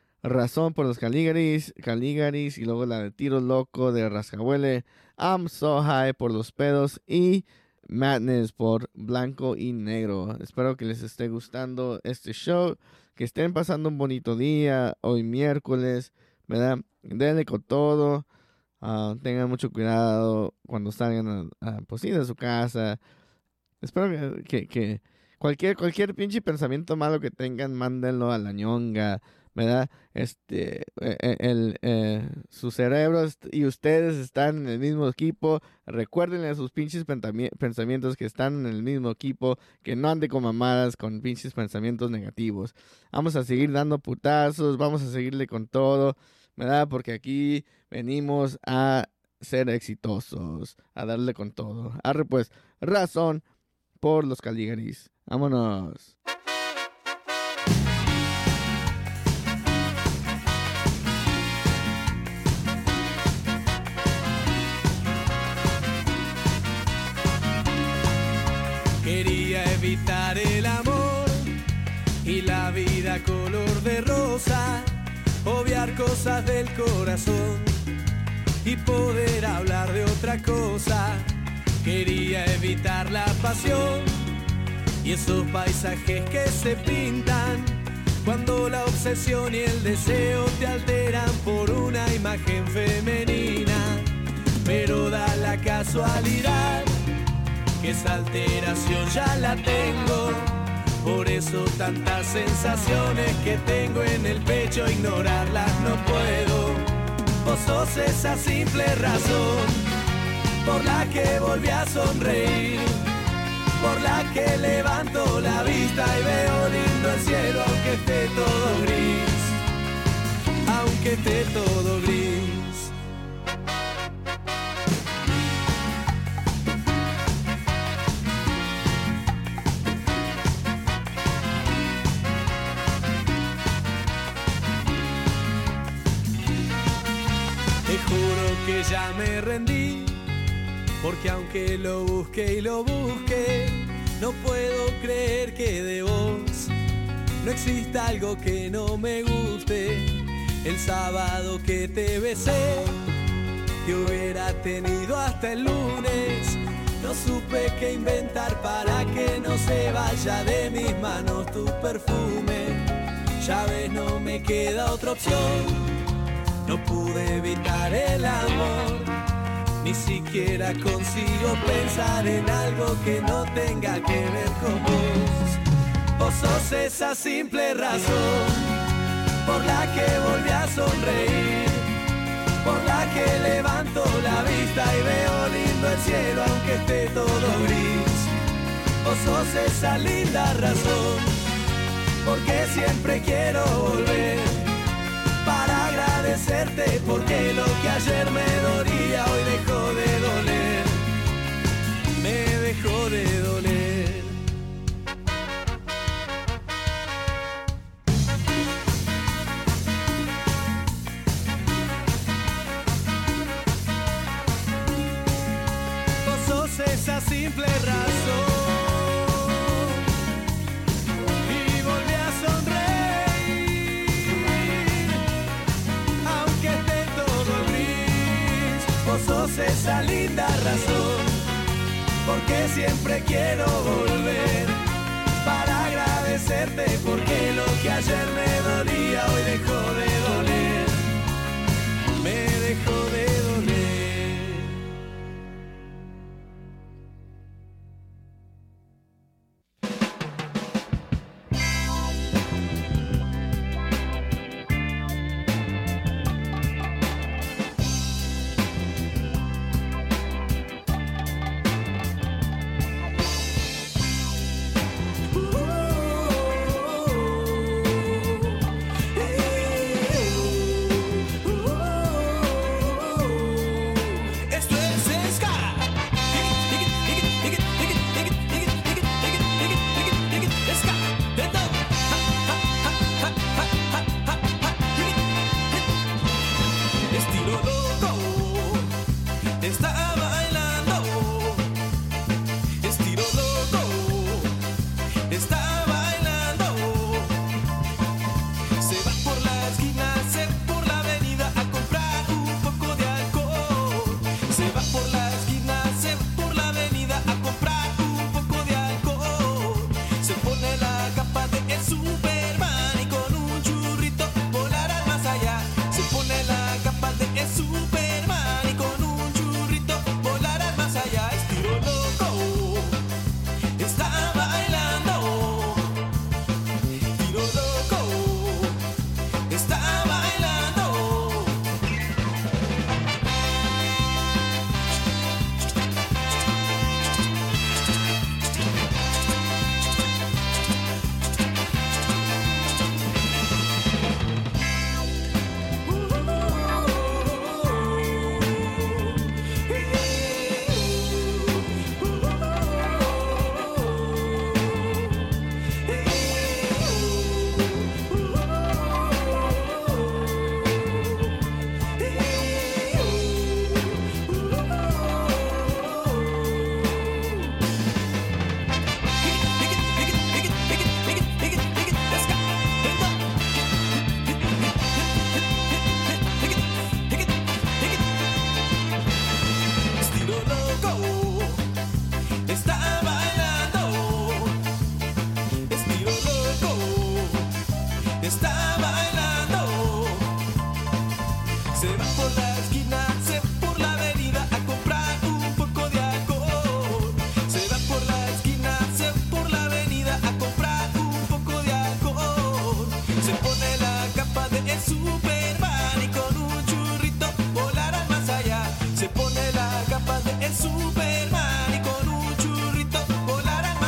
[SPEAKER 4] Razón por los Caligaris, Caligaris, y luego la de Tiro Loco de Rascahuele, I'm So High por los pedos, y Madness por Blanco y Negro. Espero que les esté gustando este show, que estén pasando un bonito día, hoy miércoles, ¿verdad? Denle con todo. Uh, tengan mucho cuidado cuando salgan a, a, pues sí, de su casa. Espero que, que, que cualquier, cualquier pinche pensamiento malo que tengan, mándenlo a la ñonga, ¿verdad? Este, el, el, eh, sus cerebros y ustedes están en el mismo equipo. Recuérdenle a sus pinches pensamientos que están en el mismo equipo, que no ande con mamadas, con pinches pensamientos negativos. Vamos a seguir dando putazos, vamos a seguirle con todo, ¿verdad? Porque aquí venimos a ser exitosos, a darle con todo. Arre pues, Razón por los Caligaris. Vámonos.
[SPEAKER 3] Quería evitar el amor y la vida color de rosa, obviar cosas del corazón y poder hablar de otra cosa. Quería evitar la pasión y esos paisajes que se pintan cuando la obsesión y el deseo te alteran por una imagen femenina. Pero da la casualidad que esa alteración ya la tengo. Por eso tantas sensaciones que tengo en el pecho, ignorarlas no puedo. Vos sos esa simple razón por la que volví a sonreír. por la que levanto la vista y veo lindo el cielo aunque esté todo gris, aunque esté todo gris. Te juro que ya me rendí, porque aunque lo busque y lo busque, no puedo creer que de vos no exista algo que no me guste. El sábado que te besé, que hubiera tenido hasta el lunes, no supe qué inventar para que no se vaya de mis manos tu perfume. Ya ves, no me queda otra opción. No pude evitar el amor, ni siquiera consigo pensar en algo que no tenga que ver con vos. Vos sos esa simple razón por la que volví a sonreír, por la que levanto la vista y veo lindo el cielo aunque esté todo gris. Vos sos esa linda razón porque siempre quiero volver para agradecerte, porque lo que ayer me dolía hoy dejó de doler, me dejó de doler. Vos sos esa simple razón. Sos esa linda razón porque siempre quiero volver para agradecerte, porque lo que ayer me dolía hoy dejó de doler, me dejó de doler.
[SPEAKER 6] Se pone la capa de Superman y con un churrito volará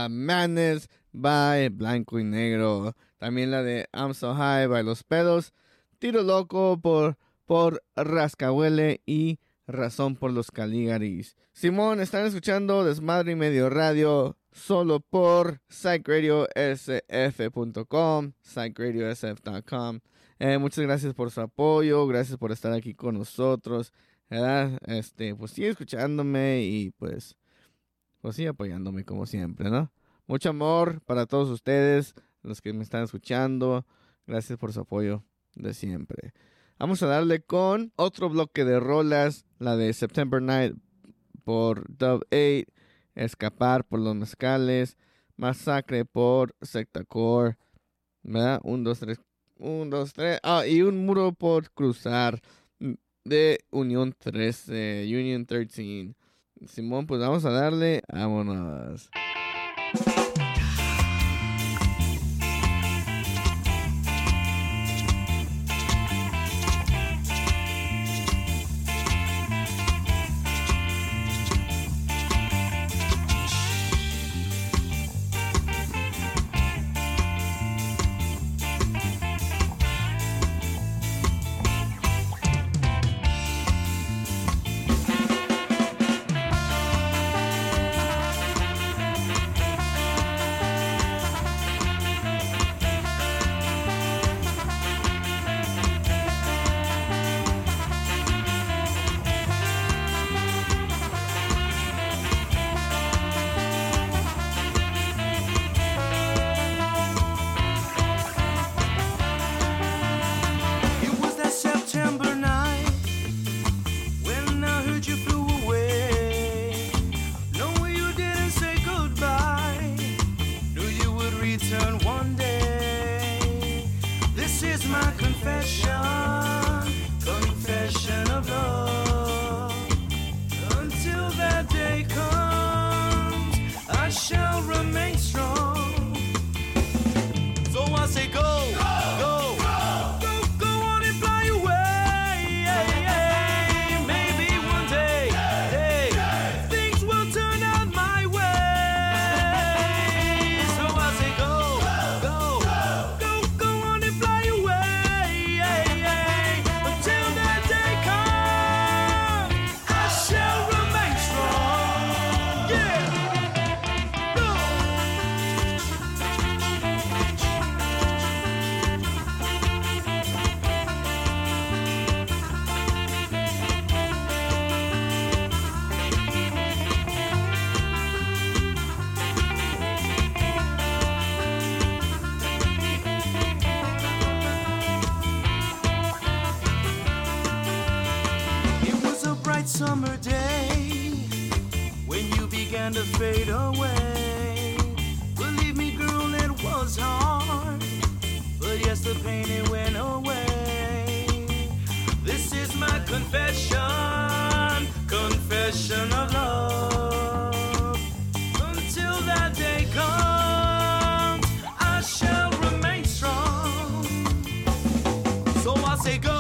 [SPEAKER 4] uh, Madness by Blanco y Negro. También la de I'm So High by Los Pedos. Tiro Loco por, por Rascahuele y Razón por los Caligaris. Simón, están escuchando Desmadre y Medio Radio solo por psych radio s f punto com, psych radio s f punto com. Eh, muchas gracias por su apoyo, gracias por estar aquí con nosotros, ¿verdad? Este, pues sigue escuchándome y pues, pues sigue apoyándome como siempre, ¿no? Mucho amor para todos ustedes, los que me están escuchando. Gracias por su apoyo de siempre. Vamos a darle con otro bloque de rolas, la de September Night por Dub ocho, Escapar por Los Mezcales, Masacre por Sectacore, ¿verdad? Un, dos, tres, un, dos, tres, ah, y Un Muro por Cruzar de Unión trece, Union trece. Simón, pues vamos a darle, vámonos.
[SPEAKER 8] Summer day when you began to fade away. Believe me, girl, it was hard, but yes, the pain, it went away. This is my confession, confession of love. Until that day comes, I shall remain strong. So I say go.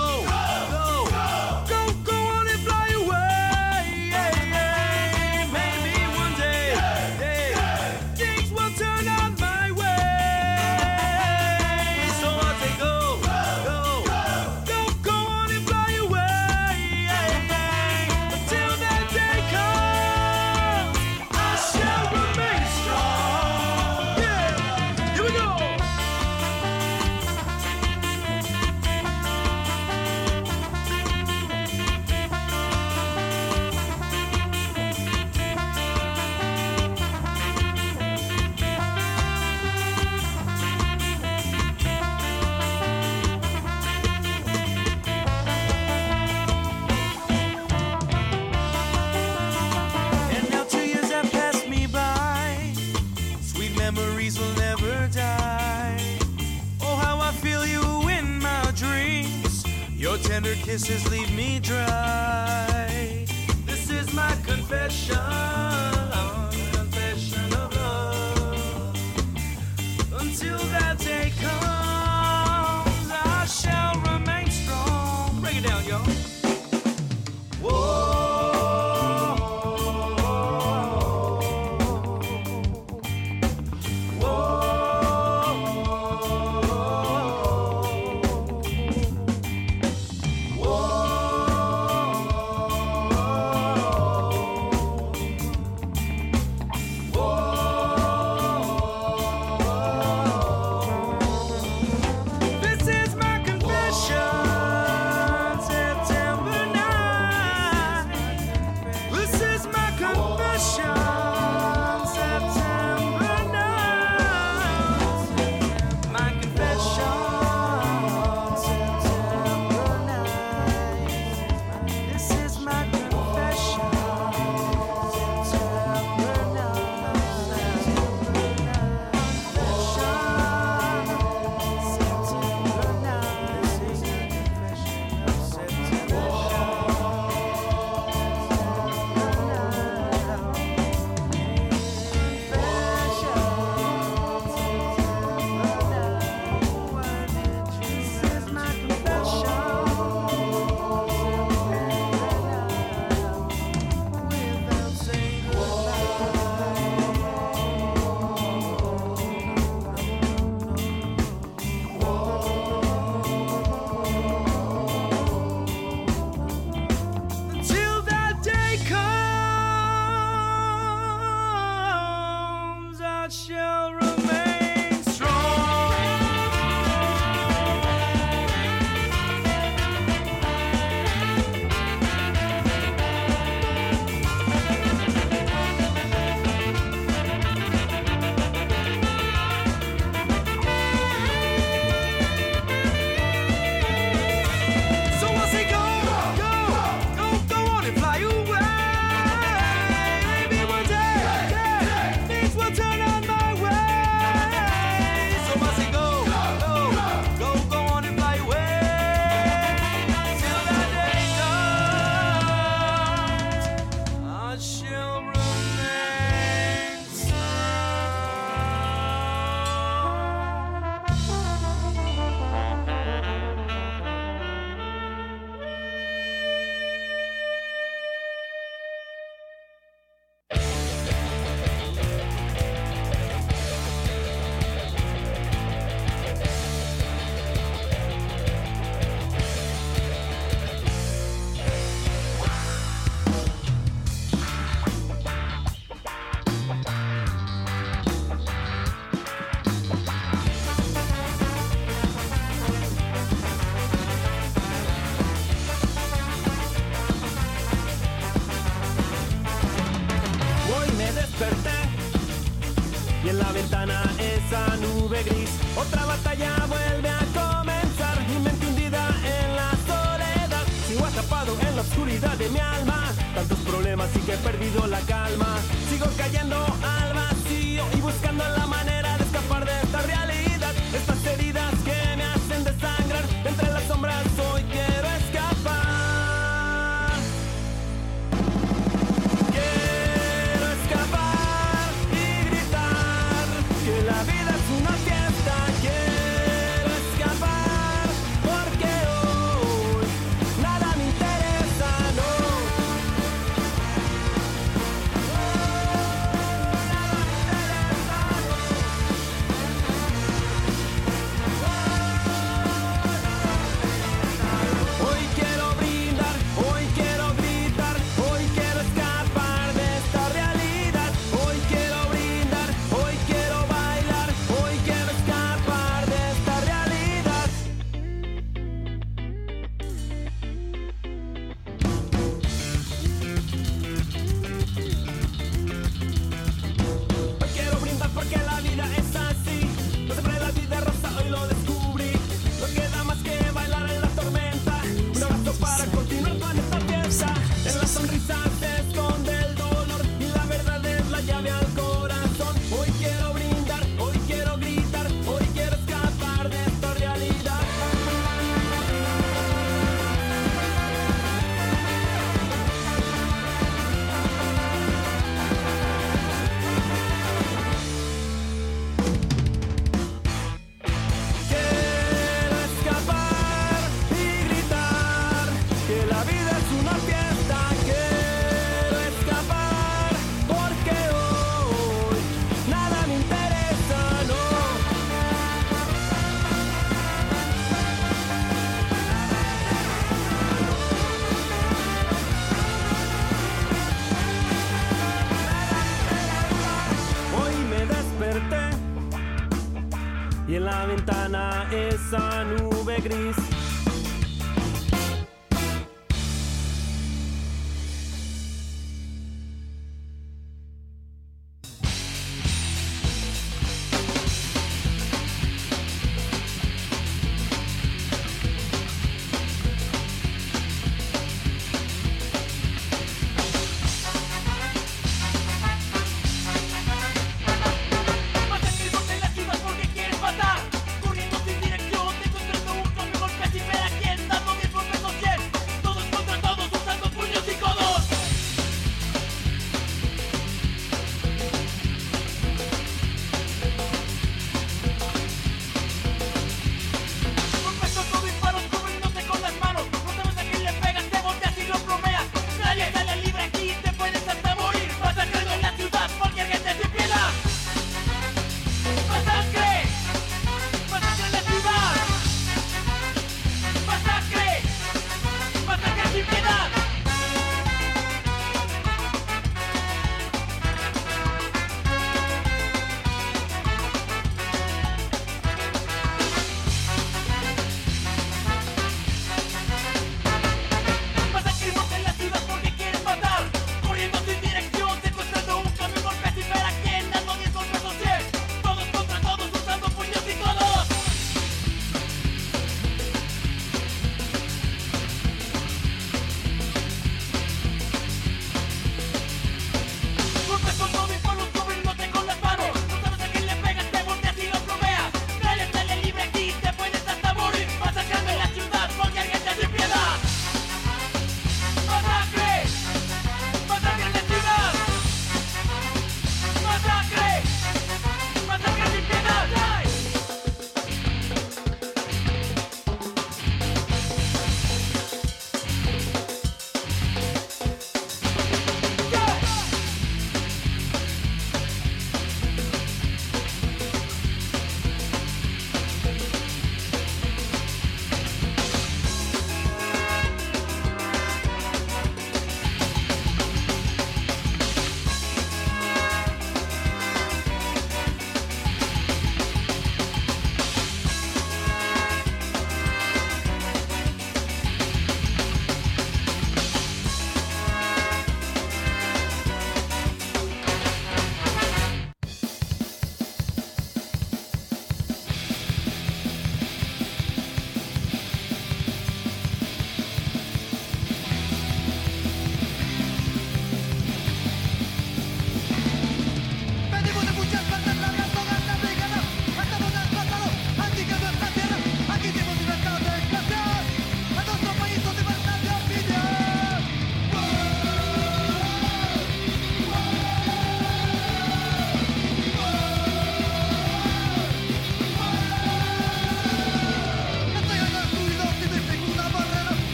[SPEAKER 8] Tender kisses leave me dry. This is my confession, confession of love. Until that day comes, I shall remain strong. Break it down, y'all. Whoa.
[SPEAKER 9] desperté y en la ventana esa nube gris. Otra batalla vuelve a comenzar, mi mente hundida en la soledad. Sigo atrapado en la oscuridad de mi alma, tantos problemas y que he perdido la calma. Sigo cayendo al vacío y buscando la manera de escapar de esta realidad. Estas heridas que me hacen desangrar, entre las sombras hoy quiero escapar. Quiero escapar y gritar que la vida es una fiesta. Quiero escapar porque hoy nada me interesa, no. Hoy quiero brindar, hoy quiero gritar, hoy quiero escapar de esta realidad. Hoy quiero brindar, hoy quiero bailar, hoy quiero escapar de esta realidad. Hoy quiero brindar porque la vida es así. No siempre la vida es rosa, hoy lo descubrí. No queda más que bailar en la tormenta. Un abrazo para continuar con esta fiesta. En la sonrisa se esconde el dolor y la verdad es la llave al corazón. Hoy quiero brindar, hoy quiero gritar, hoy quiero escapar de esta realidad. Quiero escapar y gritar que la vida es una fiesta. Quiero escapar porque hoy nada me interesa, no. Hoy me desperté y en la ventana esa nube gris.
[SPEAKER 6] Más activo te lastimas porque quieres matar. Corriendo sin dirección, te encontrando un solo golpe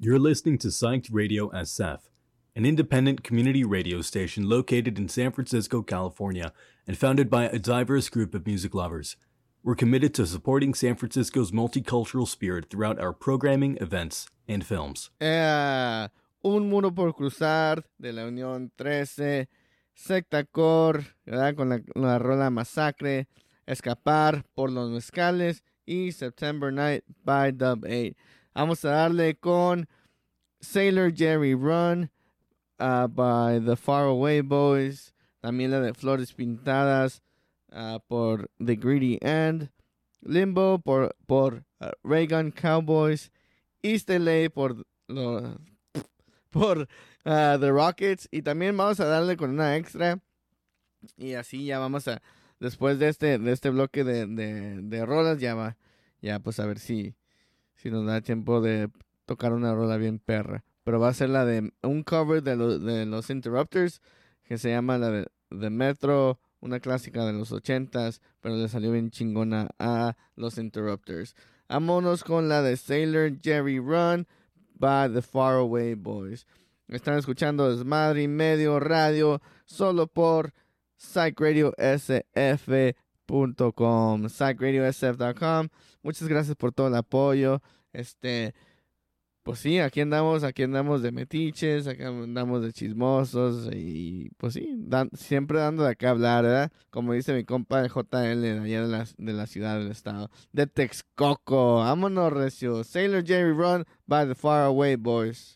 [SPEAKER 10] You're listening to Psyched Radio S F, an independent community radio station located in San Francisco, California, and founded by a diverse group of music lovers. We're committed to supporting San Francisco's multicultural spirit throughout our programming, events, and films.
[SPEAKER 4] Eh, Un Muro por Cruzar, de la Unión trece, Sectacore, ¿verdad? Con la, la rola Masacre, Escapar por los Mezcales y September Night by Dub eight. Vamos a darle con Sailor Jerry Run uh, by the Faraway Boys, también la de Flores Pintadas uh, por The Greedy End, Limbo por, por uh, Ray Gun Cowboys, East L A por, lo, por uh, The Rockets, y también vamos a darle con una extra, y así ya vamos a, después de este, de este bloque de, de, de rolas, ya va, ya pues a ver si, si nos da tiempo de tocar una rola bien perra. Pero va a ser la de un cover de, lo, de los Interrupters, que se llama la de, de Metro, una clásica de los ochentas, pero le salió bien chingona a los Interrupters. Vámonos con la de Sailor Jerry Run by the Faraway Boys. Están escuchando Desmadre y Medio Radio solo por Psych Radio S F punto com, Psych Radio S F punto com. Muchas gracias por todo el apoyo. Este, pues sí, aquí andamos, aquí andamos de metiches, aquí andamos de chismosos y pues sí, dan, siempre dando de acá hablar, ¿verdad? Como dice mi compa de J L de allá de la, de la ciudad del estado, de Texcoco. Vámonos, recio. Sailor Jerry Run by the Faraway Boys.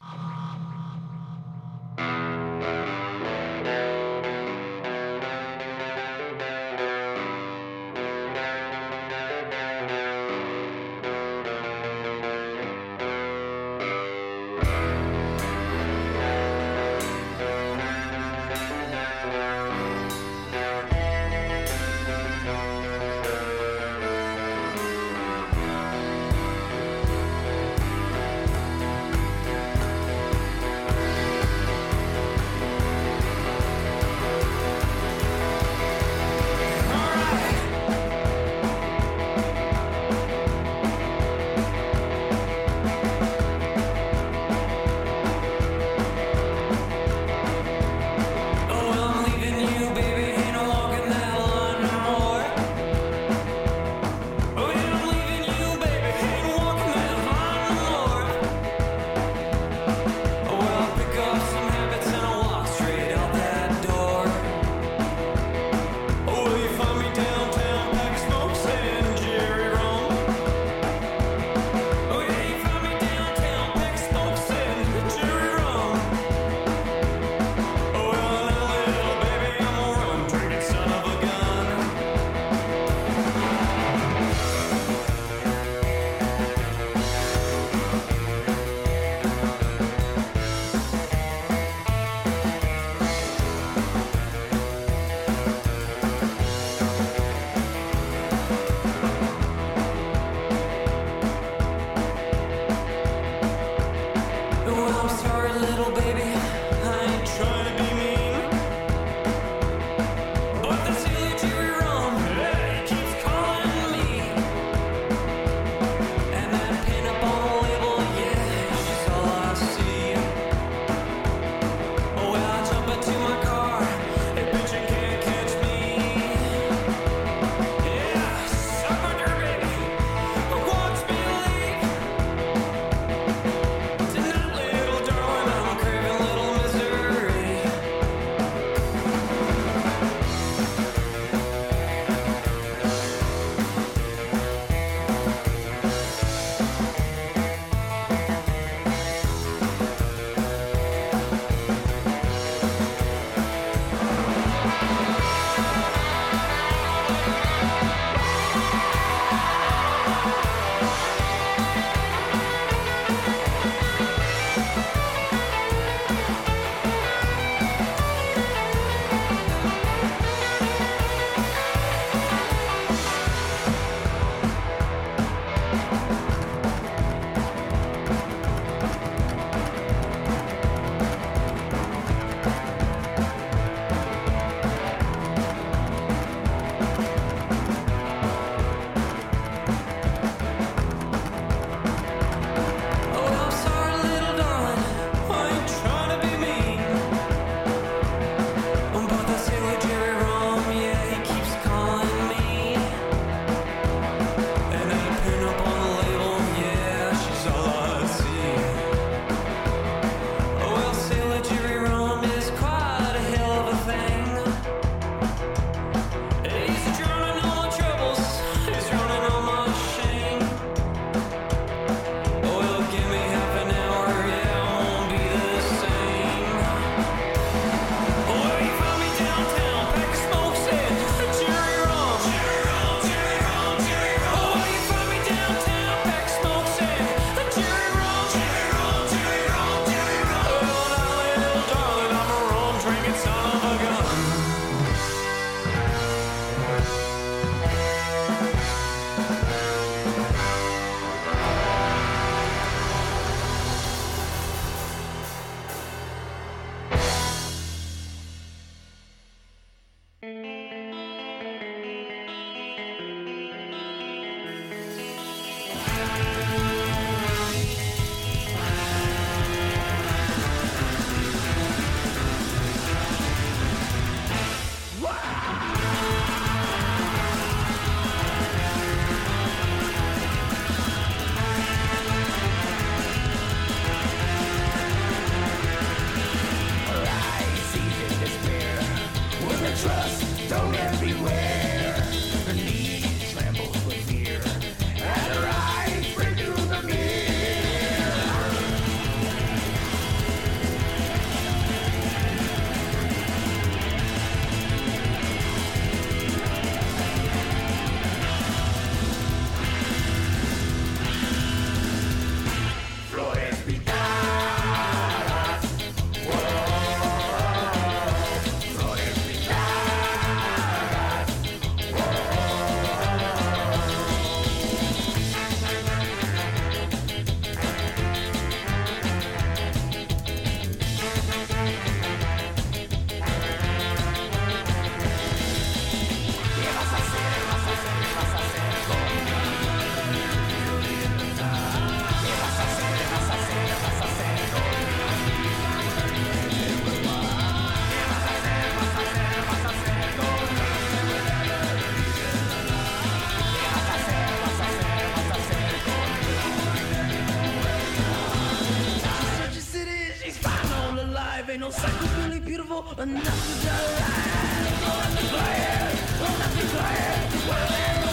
[SPEAKER 3] Ain't no psycho really beautiful enough to die. Don't have to cry it, don't have to cry it. Well,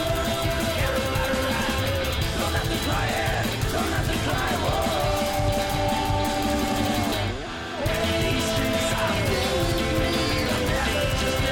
[SPEAKER 3] don't have to cry it, don't have to cry. These streets are filled with me. I'm never just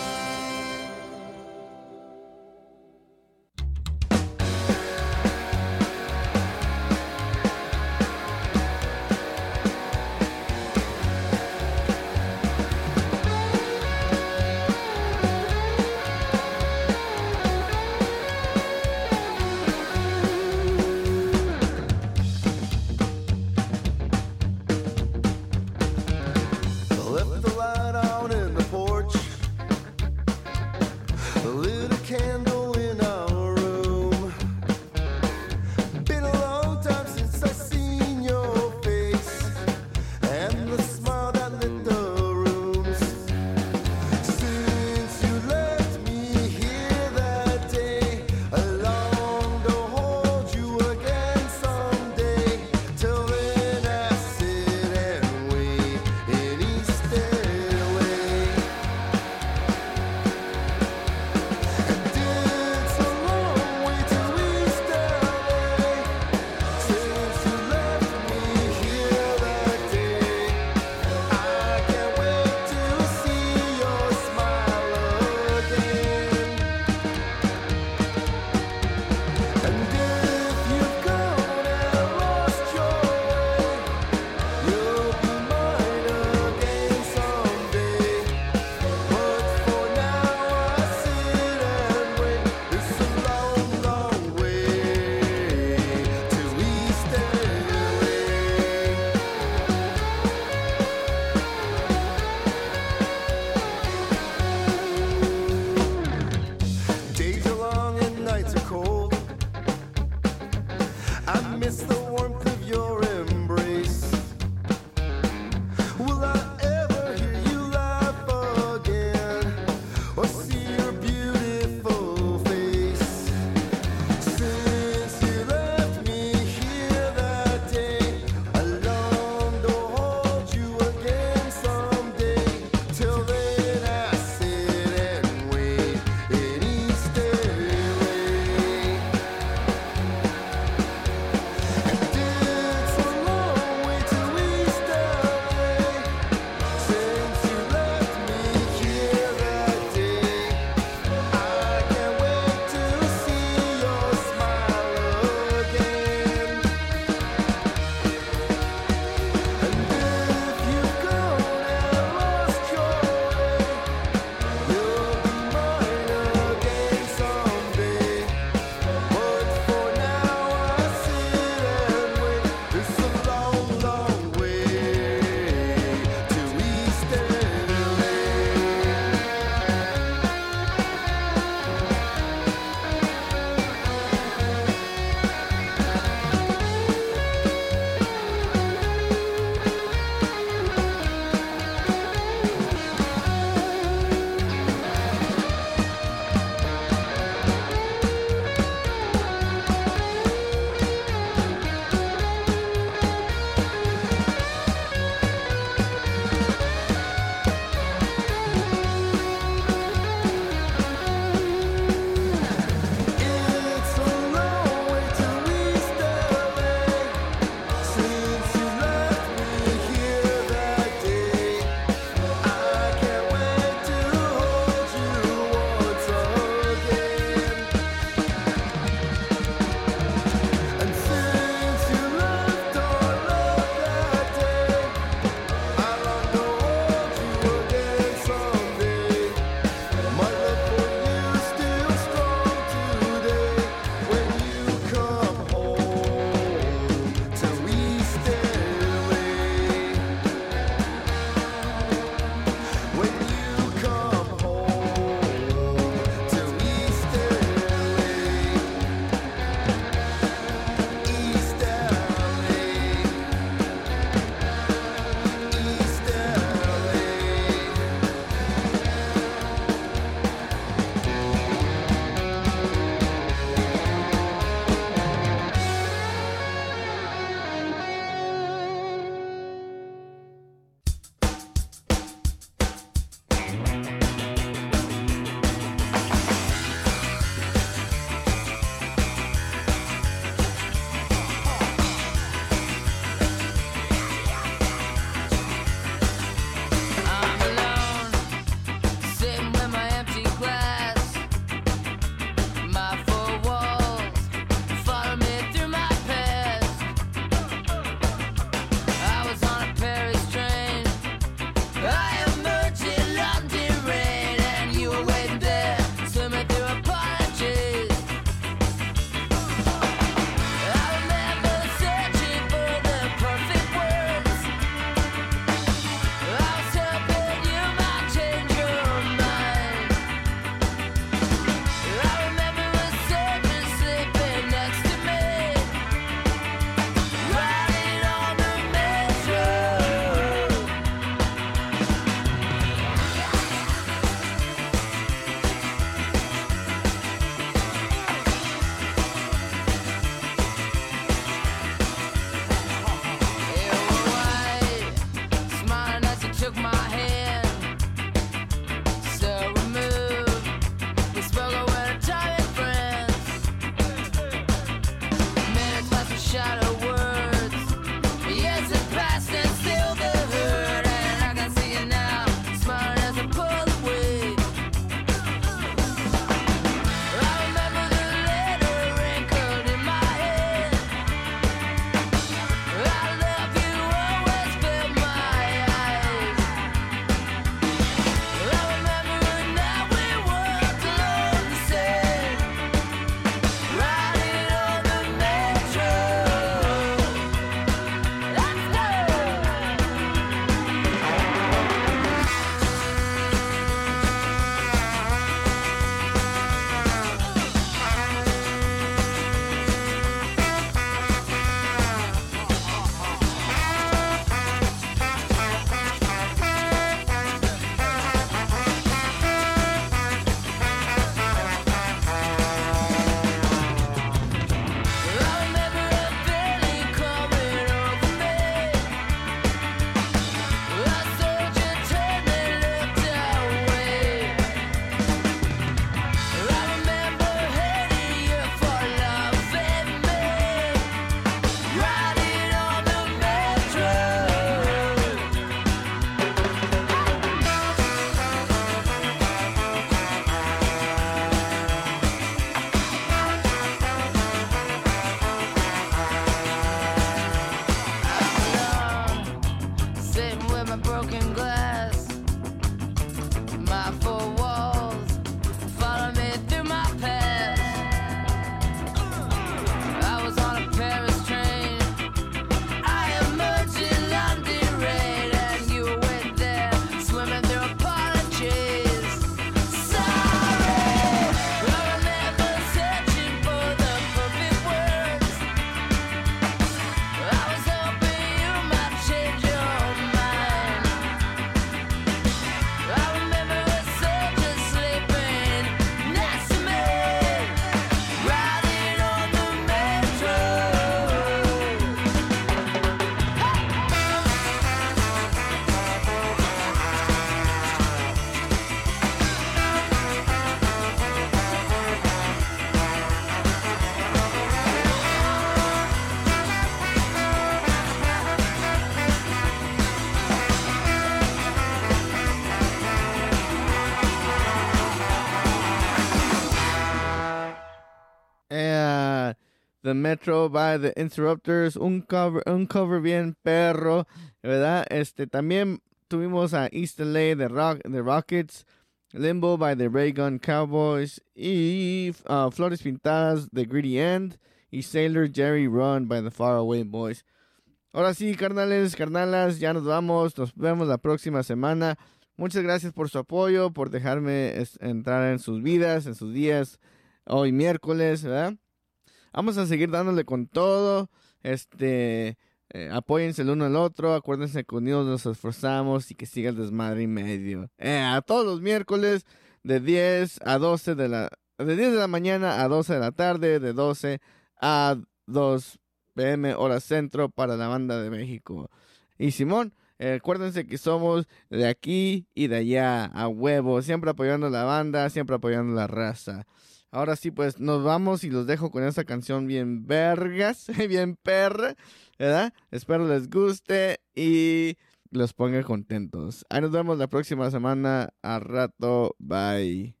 [SPEAKER 4] Eh, The Metro by The Interrupters, un cover, un cover bien perro, ¿verdad? Este, también tuvimos a East L A de Rock, The Rockets, Limbo by The Ray Gun Cowboys, y uh, Flores Pintadas, The Greedy End, y Sailor Jerry Run by The Faraway Boys. Ahora sí, carnales, carnalas, ya nos vamos, nos vemos la próxima semana. Muchas gracias por su apoyo, por dejarme es, entrar en sus vidas, en sus días, hoy miércoles, ¿verdad? Vamos a seguir dándole con todo. Este, eh, apóyense el uno al otro. Acuérdense que unidos nos esforzamos y que siga el desmadre y medio. Eh, a todos los miércoles de diez a doce de la de diez de la mañana a doce de la tarde, de doce a dos p.m. hora centro para la banda de México. Y Simón, eh, acuérdense que somos de aquí y de allá, a huevo, siempre apoyando a la banda, siempre apoyando a la raza. Ahora sí, pues nos vamos y los dejo con esta canción bien vergas, bien perra, ¿verdad? Espero les guste y los ponga contentos. Ahí nos vemos la próxima semana. A rato, bye.